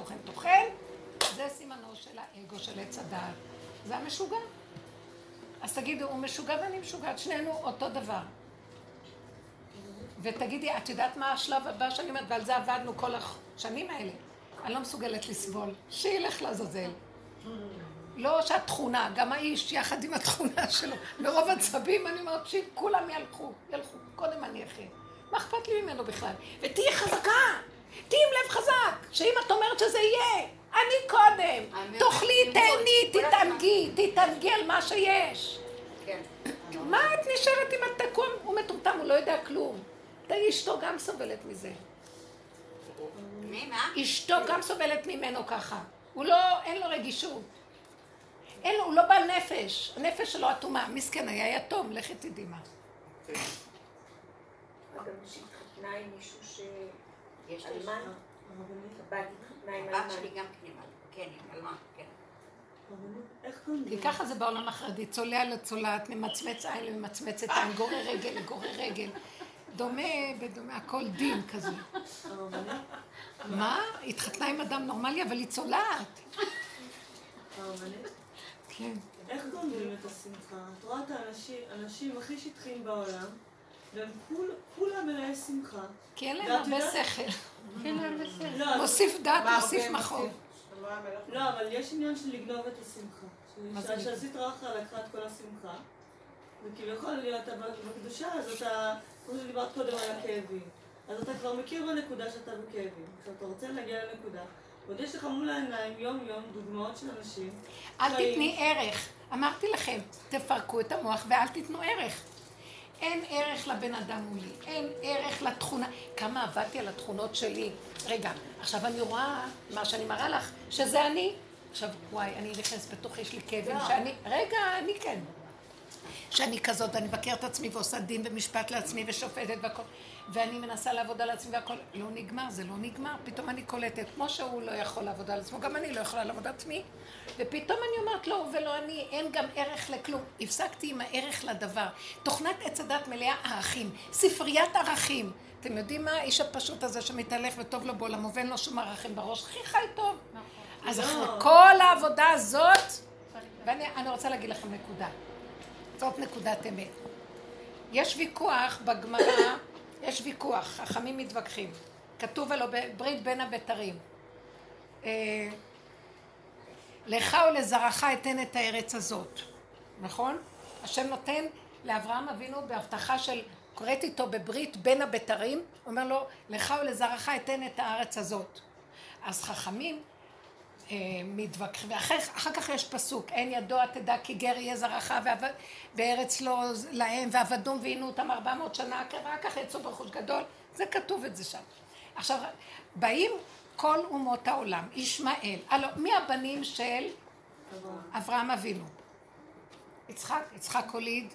זה סימנו של האגו של עץ הדת. זה המשוגע. אז תגידו, הוא משוגע ואני משוגעת, שנינו אותו דבר. ותגידי, את יודעת מה השלב הבא שאני אומרת, ועל זה עבדנו כל השנים האלה. אני לא מסוגלת לסבול, שילך לעזאזל. לא שהתכונה, גם האיש יחד עם התכונה שלו. מרוב עצבים אני אומרת שכולם ילכו, קודם אני אחי. מה אכפת לי ממנו בכלל? ותהי חזקה, תהי עם לב חזק, שאם את אומרת שזה יהיה, אני קודם, תאכלי, תהני, תתענגי על מה שיש. מה את נשארת אם את תקום? הוא מטומטם, הוא לא יודע כלום. אשתו גם סובלת מזה. מה? אשתו גם סובלת ממנו ככה. הוא לא, אין לו רגישות. הוא לא בעל נפש. הנפש שלו אטומה. מסכן היה יתום, לכי תדעי מה. אגב, שהתחתנה עם מישהו שיש אלמן, הבת התחתנה עם אלמן. הבת שלי גם כן, עם אלמן, כן. כי ככה זה בעולם החרדי, צולע לצולעת, ממצמץ עין לממצמצת עין, גורר רגל לגורר רגל. דומה, הכל דין כזה. מה? התחתנה עם אדם נורמלי, אבל היא צולעת. כן. איך גונבים את השמחה? את רואה את האנשים הכי שטחיים בעולם, והם כולם מלאי שמחה. כי אין להם הרבה שכל. מוסיף דת, מוסיף מחוב. לא, אבל יש עניין של לגנוב את השמחה. שעשית רחה לקחה את כל השמחה, וכביכול להיות בקדושה, אז אתה, כמו שדיברת קודם על הכאבים, אז אתה כבר מכיר בנקודה שאתה בכאבים. כשאתה רוצה להגיע לנקודה, עוד יש לך מול העיניים יום דוגמאות של אנשים. אל תתני ערך. אמרתי לכם, תפרקו את המוח ואל תתנו ערך. אין ערך לבן אדם מולי, אין ערך לתכונה. כמה עבדתי על התכונות שלי. רגע, עכשיו אני רואה מה שאני מראה לך, שזה אני. עכשיו, וואי, אני נכנס בתוך, יש לי כאבים שאני... רגע, אני כן. שאני כזאת, ואני מבקר את עצמי ועושה דין ומשפט לעצמי ושופטת והכל. ואני מנסה לעבוד על עצמי והכל. לא נגמר, זה לא נגמר. פתאום אני קולטת, כמו שהוא לא יכול לעבוד על עצמו, גם אני לא יכולה לעבוד על עצמי. ופתאום אני אומרת, לא, ולא אני, אין גם ערך לכלום. הפסקתי עם הערך לדבר. תוכנת עץ הדת מלאה ערכים, ספריית ערכים. אתם יודעים מה? האיש הפשוט הזה שמתהלך וטוב לו בעולמו, ואין לו שום ערכים בראש, הכי חי טוב. אז אחרי כל העבודה הזאת, ואני רוצה להגיד לכם נקודה. זאת נקודת אמת. יש ויכוח בגמרא, יש ויכוח, חכמים מתווכחים. כתוב עלו ברית בין הבתרים. לך ולזרעך אתן את הארץ הזאת. נכון? השם נותן לאברהם אבינו בהבטחה של, קוראת איתו בברית בין הבתרים, אומר לו, לך ולזרעך אתן את הארץ הזאת. אז חכמים מתווכחים, ואחר כך יש פסוק, אין ידוע תדע כי גר יהיה זרעך בארץ לא להם, ועבדום ועינו אותם 400 שנה, רק כך יצאו ברכוש גדול, זה כתוב את זה שם. עכשיו, באים כל אומות העולם, ישמעאל, מי הבנים של אברהם אבינו? יצחק הוליד,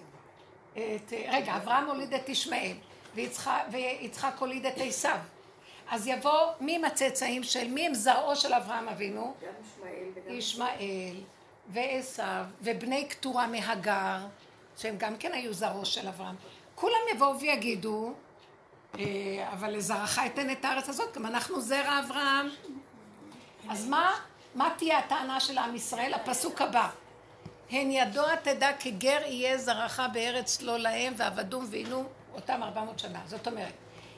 אברהם הוליד את ישמעאל, ויצחק הוליד את עשיו. אז יבוא מי מהצאצאים של מי הם זרעו של אברהם אבינו? גם ישמעאל ועשיו ובני קטורה מהגר, שהם גם כן היו זרעו של אברהם. כולם יבואו ויגידו, אבל לזרעך אתן את הארץ הזאת, גם אנחנו זרע אברהם. אז מה תהיה הטענה של עם ישראל? הפסוק הבא, הן ידוע תדע כי גר יהיה זרעך בארץ לא להם, ועבדום ועינו אותם 400 שנה. זאת אומרת,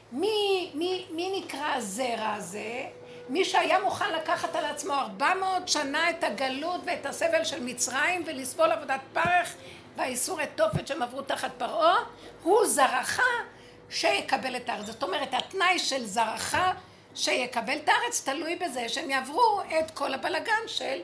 מי נקרא הזרע הזה? מי שהיה מוכן לקחת על עצמו 400 שנה את הגלות ואת הסבל של מצרים ולסבול עבודת פרך והאיסור התופת שהם עברו תחת פרעה, הוא זרעך שיקבל את הארץ. זאת אומרת, התנאי של זרעך שיקבל את הארץ תלוי בזה שהם יעברו את כל הבלגן של...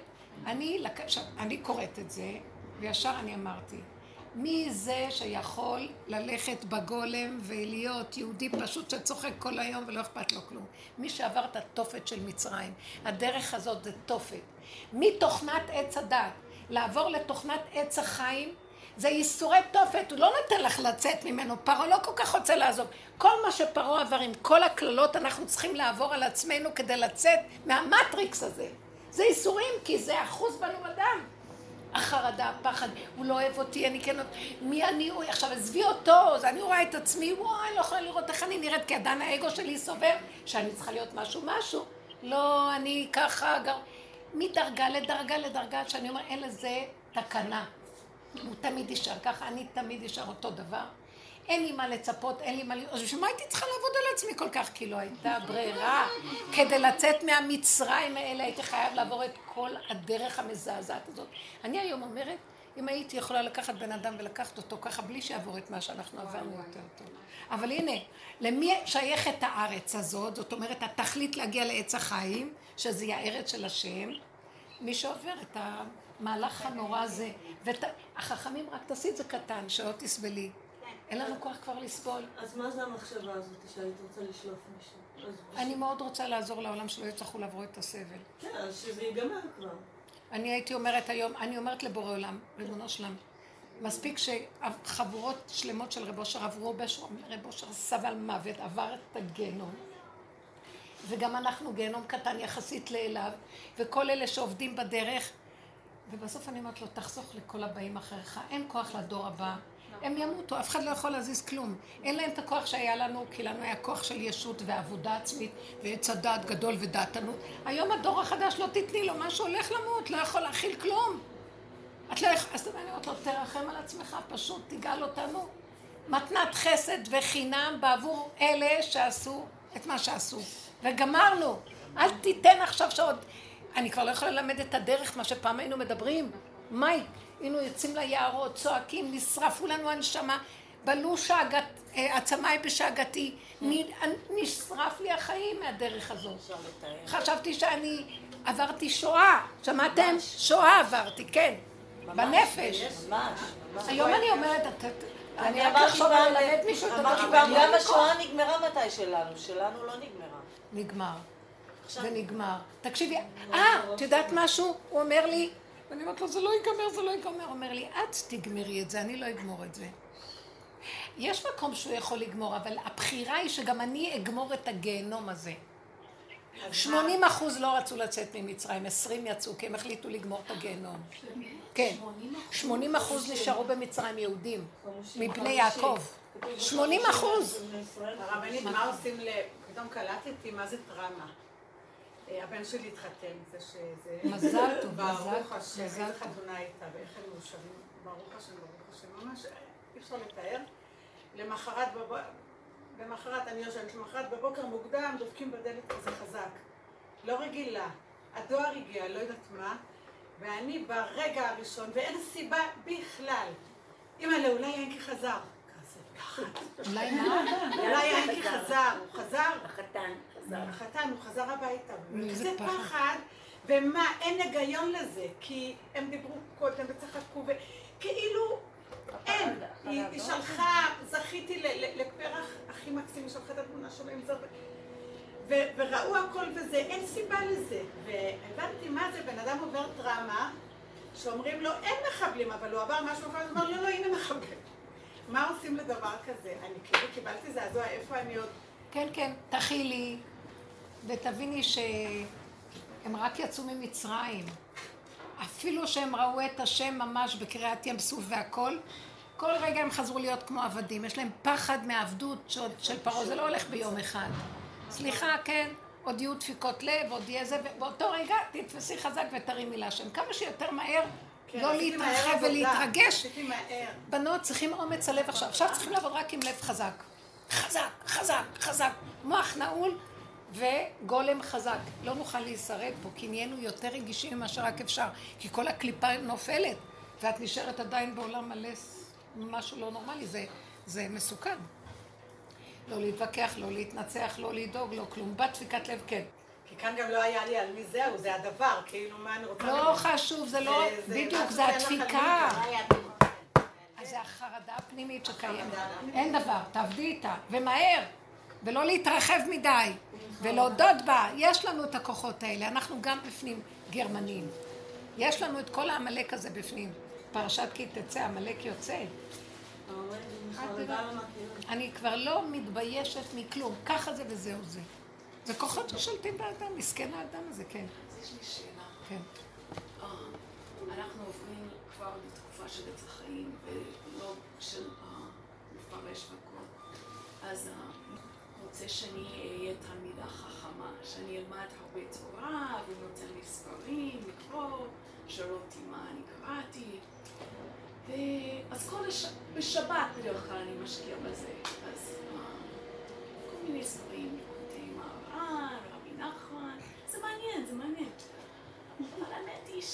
אני קוראת את זה, וישר אני אמרתי, מי זה שיכול ללכת בגולם ולהיות יהודי פשוט שצוחק כל היום ולא אכפת לו כלום? מי שעבר את התופת של מצרים. הדרך הזאת זה תופת. מתוכנת עץ הדת לעבור לתוכנת עץ החיים, זה ייסורי תופת. הוא לא נתן לך לצאת ממנו. פרעה לא כל כך רוצה לעזוב. כל מה שפרעה עבר עם כל הכללות אנחנו צריכים לעבור על עצמנו כדי לצאת מהמטריקס הזה. זה ייסורים כי זה אחוז בנו אדם. החרדה, הפחד, הוא לא אוהב אותי, אני כן... מי אני? עכשיו עזבי אותו, אז אני רואה את עצמי, וואי, לא יכולה לראות איך אני נראית, כי עדיין האגו שלי סובר שאני צריכה להיות משהו. לא, אני ככה, מדרגה לדרגה, שאני אומר, אין לזה תקנה. הוא תמיד יישאר ככה, אני תמיד יישאר אותו דבר. אין לי מה לצפות, אין לי מה... אז בשביל הייתי צריכה לעבוד על עצמי כל כך? כי לא הייתה ברירה. כדי לצאת מהמצרים האלה הייתי חייב לעבור את כל הדרך המזעזעת הזאת. אני היום אומרת, אם הייתי יכולה לקחת בן אדם ולקחת אותו ככה בלי שיעבור את מה שאנחנו עברנו יותר טוב. אבל הנה, למי שייך את הארץ הזאת? זאת אומרת, התכלית להגיע לעץ החיים, שזה יהיה הארץ של השם, מי שעובר את המהלך הנורא הזה. והחכמים רק תעשי את זה קטן, שלא תסבלי. אין לנו כוח כבר לסבול. אז מה זה המחשבה הזאת שהיית רוצה לשלוף מישהו? אני מאוד רוצה לעזור לעולם שלא יצטרכו לעבור את הסבל. כן, אז שזה ייגמר כבר. אני הייתי אומרת היום, אני אומרת לבורא עולם, ריבונו שלם, מספיק שחבורות שלמות של רב אושר עברו, רב אושר סבל מוות, עבר את הגיהנום, וגם אנחנו גיהנום קטן יחסית לאליו, וכל אלה שעובדים בדרך, ובסוף אני אומרת לו, תחסוך לכל הבאים אחריך, אין כוח לדור הבא, הם ימותו, אף אחד לא יכול להזיז כלום. אין להם את הכוח שהיה לנו, כי לנו היה כוח של ישות ועבודה עצמית, ועץ הדעת גדול ודעתנות. היום הדור החדש לא תתני לו, משהו הולך למות, לא יכול להכיל כלום. את לא יכולה, אז אני אומרת לו, תרחם על עצמך, פשוט תגאל אותנו. מתנת חסד וחינם בעבור אלה שעשו את מה שעשו. וגמרנו. אל תיתן עכשיו שעוד... אני כבר לא יכולה ללמד את הדרך, מה שפעם היינו מדברים. מייק. היינו יוצאים ליערות, צועקים, נשרפו לנו הנשמה, בלו עצמיי בשאגתי, נשרף לי החיים מהדרך הזאת. חשבתי שאני עברתי שואה, שמעתם? שואה עברתי, כן, בנפש. היום אני אומרת, אני רק לחשוב על ללמד מישהו, גם השואה נגמרה מתי שלנו לא נגמרה. נגמר, זה נגמר. תקשיבי, את יודעת משהו? הוא אומר לי, ואני אומרת לו, זה לא ייגמר. הוא אומר לי, את תגמרי את זה, אני לא אגמור את זה. יש מקום שהוא יכול לגמור, אבל הבחירה היא שגם אני אגמור את הגיהנום הזה. 80% לא רצו לצאת ממצרים, 20 יצאו, כי הם החליטו לגמור את הגיהנום. כן, 80% נשארו במצרים יהודים, מבני יעקב. 80%. הרבנית, מה עושים פתאום קלטתי, מה זה טראומה? הבן שלי התחתן, זה שזה... מזל טוב, ברוך השם, איזה חתונה הייתה, ואיך הם מאושרים, ברוך השם, ממש אי אפשר לתאר. למחרת אני יושבת, למחרת בבוקר מוקדם, דופקים בדלת כזה חזק. לא רגילה, הדואר הגיע, לא יודעת מה, ואני ברגע הראשון, ואין סיבה בכלל. אמא, אולי ינקי חזר. אולי מה? אולי ינקי חזר, הוא חזר. החתן חזר. הוא חזר הביתה. וזה פחד, ומה, אין היגיון לזה, כי הם דיברו קודם וצחקו, וכאילו אין. היא שלחה, זכיתי לפרח הכי מקסים, שלחה את התמונה שלו עם זאת, וראו הכל וזה, אין סיבה לזה. והבנתי מה זה, בן אדם עובר דרמה, שאומרים לו, אין מחבלים, אבל הוא עבר משהו אחר, הוא אומר, לא, הנה מחבלים. מה עושים לדבר כזה? אני כאילו קיבלתי זעזוע, איפה אני עוד... כן, כן, תכילי, ותביני שהם רק יצאו ממצרים. אפילו שהם ראו את השם ממש בקריאת ים סוף והכל, כל רגע הם חזרו להיות כמו עבדים. יש להם פחד מהעבדות של פרעה, זה לא הולך ביום אחד. סליחה, כן, עוד יהיו דפיקות לב, עוד יהיה זה, ובאותו רגע תתפסי חזק ותרימי להשם. כמה שיותר מהר, לא להתרחב ולהתרגש. בנות צריכים אומץ הלב עכשיו. עכשיו צריכים לעבוד רק עם לב חזק. חזק, חזק, חזק. מוח נעול וגולם חזק. לא נוכל להישרד פה, כי נהיינו יותר רגישים ממה שרק אפשר. כי כל הקליפה נופלת, ואת נשארת עדיין בעולם מלא משהו לא נורמלי. זה מסוכן. לא להתווכח, לא להתנצח, לא לדאוג, לא כלום. דפיקת לב, כן. כי כאן גם לא היה לי על מי זהו, זה הדבר, כאילו מה אני רוצה... לא חשוב, זה לא... בדיוק, זה הדפיקה. אז זה החרדה הפנימית שקיימת. אין דבר, תעבדי איתה, ומהר, ולא להתרחב מדי, ולהודות בה. יש לנו את הכוחות האלה, אנחנו גם בפנים גרמנים. יש לנו את כל העמלק הזה בפנים. פרשת כי תצא, עמלק יוצא. אני כבר לא מתביישת מכלום, ככה זה וזהו זה. זה כוחות ששולטים באדם, מסכן האדם הזה, כן. אז יש לי שאלה. כן. אנחנו עוברים כבר לתקופה של עץ החיים, ולא של מפרש והכל. אז רוצה שאני אהיה תלמידה חכמה, שאני אלמד הרבה תורה, ונותן לי ספרים, לקרוא, שואל אותי מה אני קראתי. אז בשבת בדרך כלל אני משקיע בזה. אז כל מיני ספרים, קוטי מהר"ן, רבי נחמן, זה מעניין, זה מעניין. אבל האמת היא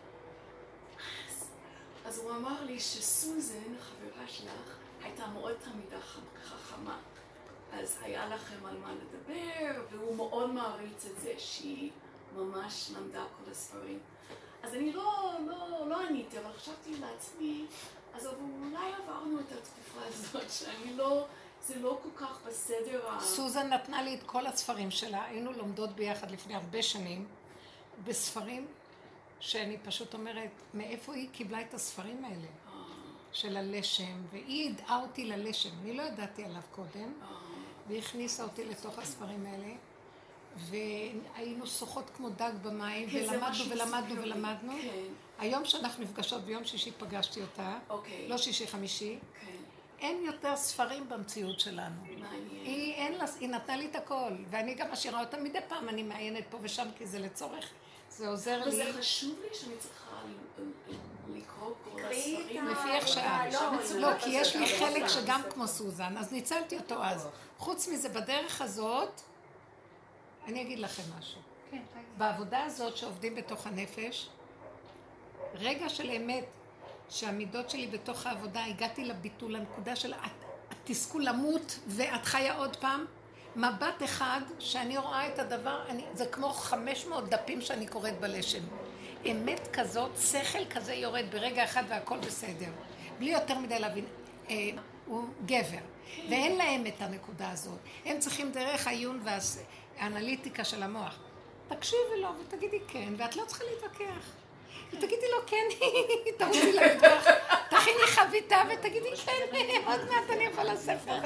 אז הוא אמר לי שסוזן, חברה שלך, הייתה מאוד תלמידה חכמה. אז היה לכם על מה לדבר, והוא מאוד מעריץ את זה שהיא ממש למדה כל הספרים. אז אני לא עניתי, אבל חשבתי לעצמי, אז אולי עברנו את התקופה הזאת, שאני לא, זה לא כל כך בסדר. סוזן נתנה לי את כל הספרים שלה, היינו לומדות ביחד לפני הרבה שנים, בספרים שאני פשוט אומרת, מאיפה היא קיבלה את הספרים האלה? של הלשם, והיא ידעה אותי ללשם, אני לא ידעתי עליו קודם, והיא הכניסה אותי לתוך הספרים האלה, והיינו שוחות כמו דג במים, ולמדנו. היום שאנחנו נפגשות, ביום שישי פגשתי אותה, לא שישי חמישי, אין יותר ספרים במציאות שלנו. היא נתנה לי את הכל, ואני גם משאירה אותה מדי פעם, אני מעיינת פה ושם, כי זה לצורך, זה עוזר לי. אבל זה חשוב לי שאני צריכה לקרוא כל הספרים. לפי איך שעה. לא, כי יש לי חלק שגם כמו סוזן, אז ניצלתי אותו אז. חוץ מזה, בדרך הזאת, אני אגיד לכם משהו. בעבודה הזאת שעובדים בתוך הנפש, רגע של אמת, שהמידות שלי בתוך העבודה, הגעתי לביטול, לנקודה של התסכול למות ואת חיה עוד פעם, מבט אחד שאני רואה את הדבר, זה כמו 500 דפים שאני קוראת בלשם. אמת כזאת, שכל כזה יורד ברגע אחד והכל בסדר. בלי יותר מדי להבין, הוא גבר. ואין להם את הנקודה הזאת. הם צריכים דרך העיון והאנליטיקה של המוח. תקשיבי לו ותגידי כן, ואת לא צריכה להתווכח. ותגידי לו כן, תרוצי למטבח, תכיני חביתה ותגידי כן, עוד מעט אני יכולה לספר.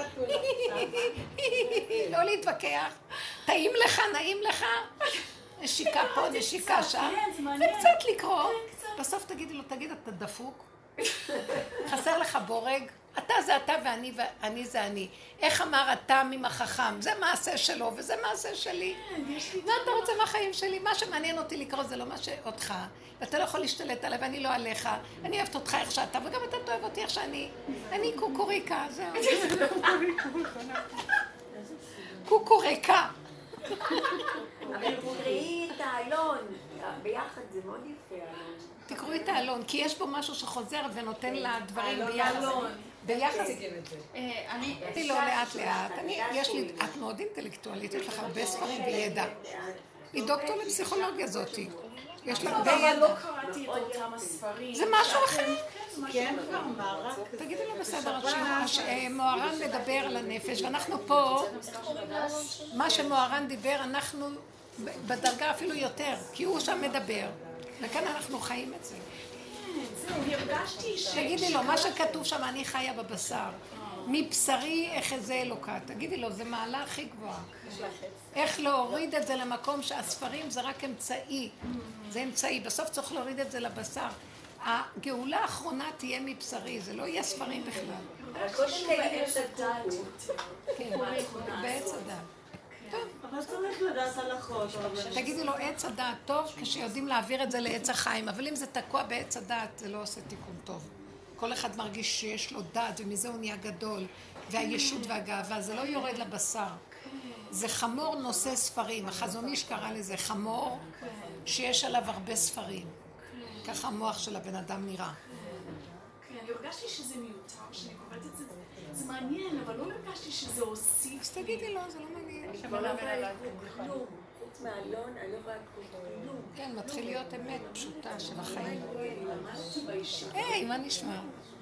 לא להתווכח. טעים לך, נעים לך, נשיקה פה, נשיקה שם. זה קצת לקרוא. בסוף תגידי לו, תגיד, אתה דפוק? חסר לך בורג? אתה זה אתה ואני זה אני. איך אמר אתה ממחכם? זה מעשה שלו וזה מעשה שלי. מה אתה רוצה מהחיים שלי? מה שמעניין אותי לקרוא זה לא מה שאותך. ואתה לא יכול להשתלט עליי ואני לא עליך. אני אוהבת אותך איך שאתה, וגם אתה תאהב אותי איך שאני. אני קוקוריקה, זהו. קוקוריקה. אבל תקראי את העלון. ביחד זה מאוד יפה. תקראו את העלון, כי יש פה משהו שחוזר ונותן לה דברים ביחס. אני לא לאט לאט, את מאוד אינטלקטואלית, יש לך הרבה ספרים וידע. היא דוקטור לפסיכולוגיה זאתי. יש לה אבל ביד. לא קראתי את אותם הספרים. זה משהו אחר. כן, כבר מערה כזה. תגידי לו בסדר, מוהר"ן מדבר על הנפש, ואנחנו פה, מה שמוהר"ן דיבר, אנחנו בדרגה אפילו יותר, כי הוא שם מדבר, וכאן אנחנו חיים את זה. זהו, הרגשתי תגידי לו, מה שכתוב שם, אני חיה בבשר. מבשרי אחזה אלוקה. תגידי לו, זה מעלה הכי גבוהה. איך להוריד את זה למקום שהספרים זה רק אמצעי. זה אמצעי. בסוף צריך להוריד את זה לבשר. הגאולה האחרונה תהיה מבשרי, זה לא יהיה ספרים בכלל. אבל קודם תגידי את הדת. כן, בעץ הדעת. אבל צריך לדעת הלכות. תגידי לו, עץ הדעת טוב כשיודעים להעביר את זה לעץ החיים, אבל אם זה תקוע בעץ הדעת, זה לא עושה תיקון טוב. כל אחד מרגיש שיש לו דעת, ומזה הוא נהיה גדול, והישות והגאווה, זה לא יורד לבשר. זה חמור נושא ספרים, החזון איש קרא לזה חמור, שיש עליו הרבה ספרים. ככה המוח של הבן אדם נראה. כן, אני הרגשתי שזה מיותר, שאני קוראת את זה, זה מעניין, אבל לא הרגשתי שזה הוסיף. אז תגידי לו, זה לא מעניין. אני לא רואה כלום. חוץ מהאלון, אני לא רואה כלום. כן, מתחיל להיות אמת פשוטה של החיים. ממש באישה. היי, מה נשמע?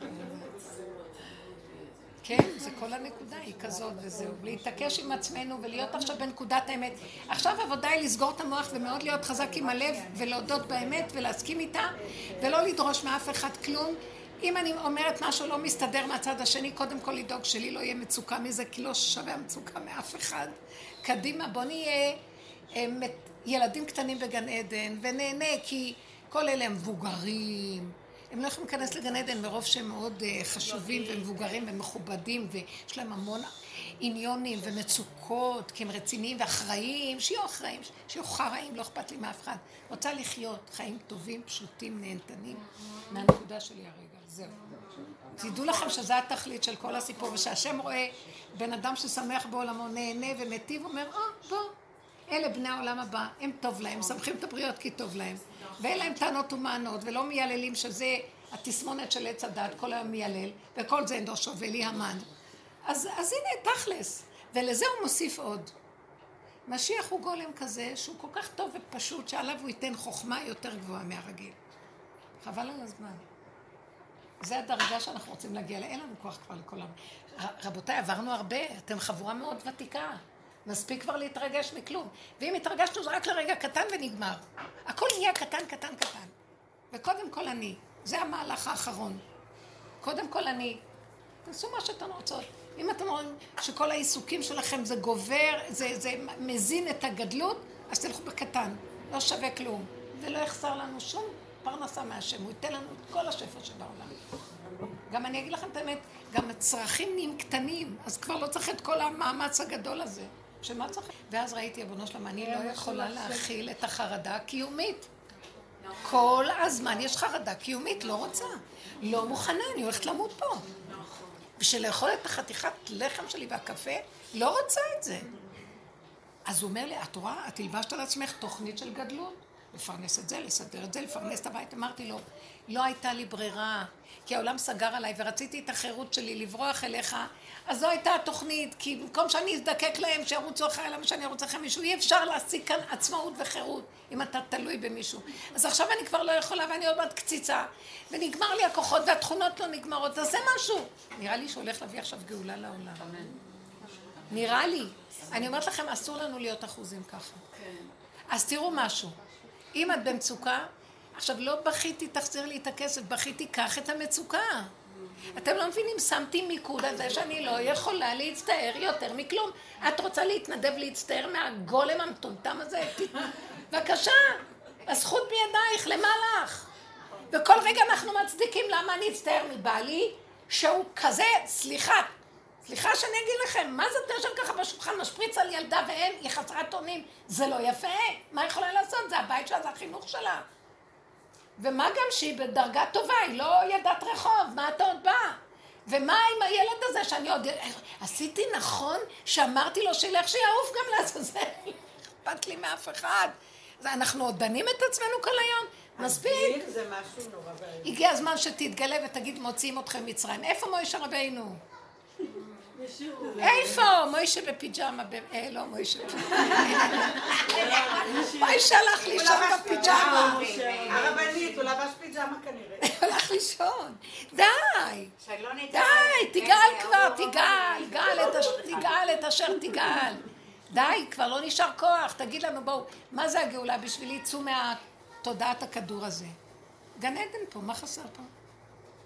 כן, זה כל הנקודה, היא כזאת וזהו. להתעקש עם עצמנו ולהיות עכשיו בנקודת האמת. עכשיו העבודה היא לסגור את המוח ומאוד להיות חזק עם הלב ולהודות באמת ולהסכים איתה ולא לדרוש מאף אחד כלום. אם אני אומרת משהו לא מסתדר מהצד השני, קודם כל לדאוג שלי לא יהיה מצוקה מזה, כי לא שווה המצוקה מאף אחד. קדימה, בוא נהיה ילדים קטנים בגן עדן ונהנה, כי כל אלה הם מבוגרים. הם לא יכולים להיכנס לגן עדן מרוב שהם מאוד חשובים ומבוגרים ומכובדים ויש להם המון עניונים ומצוקות כי הם רציניים ואחראיים, שיהיו אחראים, שיהיו חראים, לא אכפת לי מאף אחד. רוצה לחיות חיים טובים, פשוטים, נהנתנים מהנקודה שלי הרגע, זהו. תדעו לכם שזה התכלית של כל הסיפור, ושהשם רואה בן אדם ששמח בעולמו, נהנה ומטיב, אומר, בוא, אלה בני העולם הבא, הם טוב להם, שמחים את הבריות כי טוב להם. ואין להם טענות ומענות, ולא מייללים שזה התסמונת של עץ הדת, כל היום מיילל, וכל זה אינו שווה לי המן. אז הנה, תכלס. ולזה הוא מוסיף עוד. משיח הוא גולם כזה, שהוא כל כך טוב ופשוט, שעליו הוא ייתן חוכמה יותר גבוהה מהרגיל. חבל על הזמן. זה הדרגה שאנחנו רוצים להגיע לה. אין לנו כוח כבר לכולם. רבותיי, עברנו הרבה, אתם חבורה מאוד ותיקה. מספיק כבר להתרגש מכלום. ואם התרגשנו זה רק לרגע קטן ונגמר. הכל נהיה קטן, קטן, קטן. וקודם כל אני. זה המהלך האחרון. קודם כל אני. תעשו מה שאתם רוצות. אם אתם רואים שכל העיסוקים שלכם זה גובר, זה מזין את הגדלות, אז תלכו בקטן. לא שווה כלום. ולא יחסר לנו שום פרנסה מהשם. הוא ייתן לנו את כל השפע שבעולם. גם אני אגיד לכם את האמת, גם הצרכים נהיים קטנים, אז כבר לא צריך את כל המאמץ הגדול הזה. שמה צריך? ואז ראיתי, אבונו שלמה, אני לא יכולה להכיל את החרדה הקיומית. כל הזמן יש חרדה קיומית, לא רוצה. לא מוכנה, אני הולכת למות פה. בשביל לאכול את החתיכת לחם שלי והקפה, לא רוצה את זה. אז הוא אומר לי, את רואה, את הלבשת על עצמך תוכנית של גדלות. לפרנס את זה, לסדר את זה, לפרנס את הבית. אמרתי לו, לא הייתה לי ברירה, כי העולם סגר עליי ורציתי את החירות שלי לברוח אליך, אז זו הייתה התוכנית, כי במקום שאני אזדקק להם, שירוצו אחרי למה שאני רוצה לכם מישהו, אי אפשר להשיג כאן עצמאות וחירות, אם אתה תלוי במישהו. אז עכשיו אני כבר לא יכולה, ואני עוד מעט קציצה, ונגמר לי הכוחות והתכונות לא נגמרות, אז זה משהו. נראה לי שהולך להביא עכשיו גאולה לעולם. נראה לי. אני אומרת לכם, אסור לנו להיות אחוזים ככה. אז תראו משהו. אם את במצוקה, עכשיו לא בכיתי, תחזיר לי את הכסף, בכיתי, קח את המצוקה. אתם לא מבינים, שמתי מיקוד על זה שאני לא יכולה להצטער יותר מכלום. את רוצה להתנדב להצטער מהגולם המטומטם הזה? בבקשה, הזכות בידייך, למה לך? וכל רגע אנחנו מצדיקים למה אני אצטער מבעלי, שהוא כזה, סליחה שאני אגיד לכם, מה זה אתה יושב ככה בשולחן, משפריץ על ילדה ואין, היא חסרת אונים, זה לא יפה, מה יכולה לעשות? זה הבית שלה, זה החינוך שלה. ומה גם שהיא בדרגה טובה, היא לא ילדת רחוב, מה אתה עוד בא? ומה עם הילד הזה שאני עוד... עשיתי נכון שאמרתי לו שילך שיעוף גם לעזאזל, אכפת לי מאף אחד. אנחנו עוד דנים את עצמנו כל היום, מספיק. זה משהו נורא בעיה. הגיע הזמן שתתגלה ותגיד מוציאים אתכם מצרים. איפה מוישה רבינו? איפה? מוישה בפיג'מה, לא מוישה. מוישה הלך לישון בפיג'מה. הרבנית, הוא לבש פיג'מה כנראה. הלך לישון. די. תגאל כבר, תגאל את אשר תגאל. די, כבר לא נשאר כוח. תגיד לנו, בואו, מה זה הגאולה בשביל יצאו מהתודעת הכדור הזה? גן עדן פה, מה חסר פה?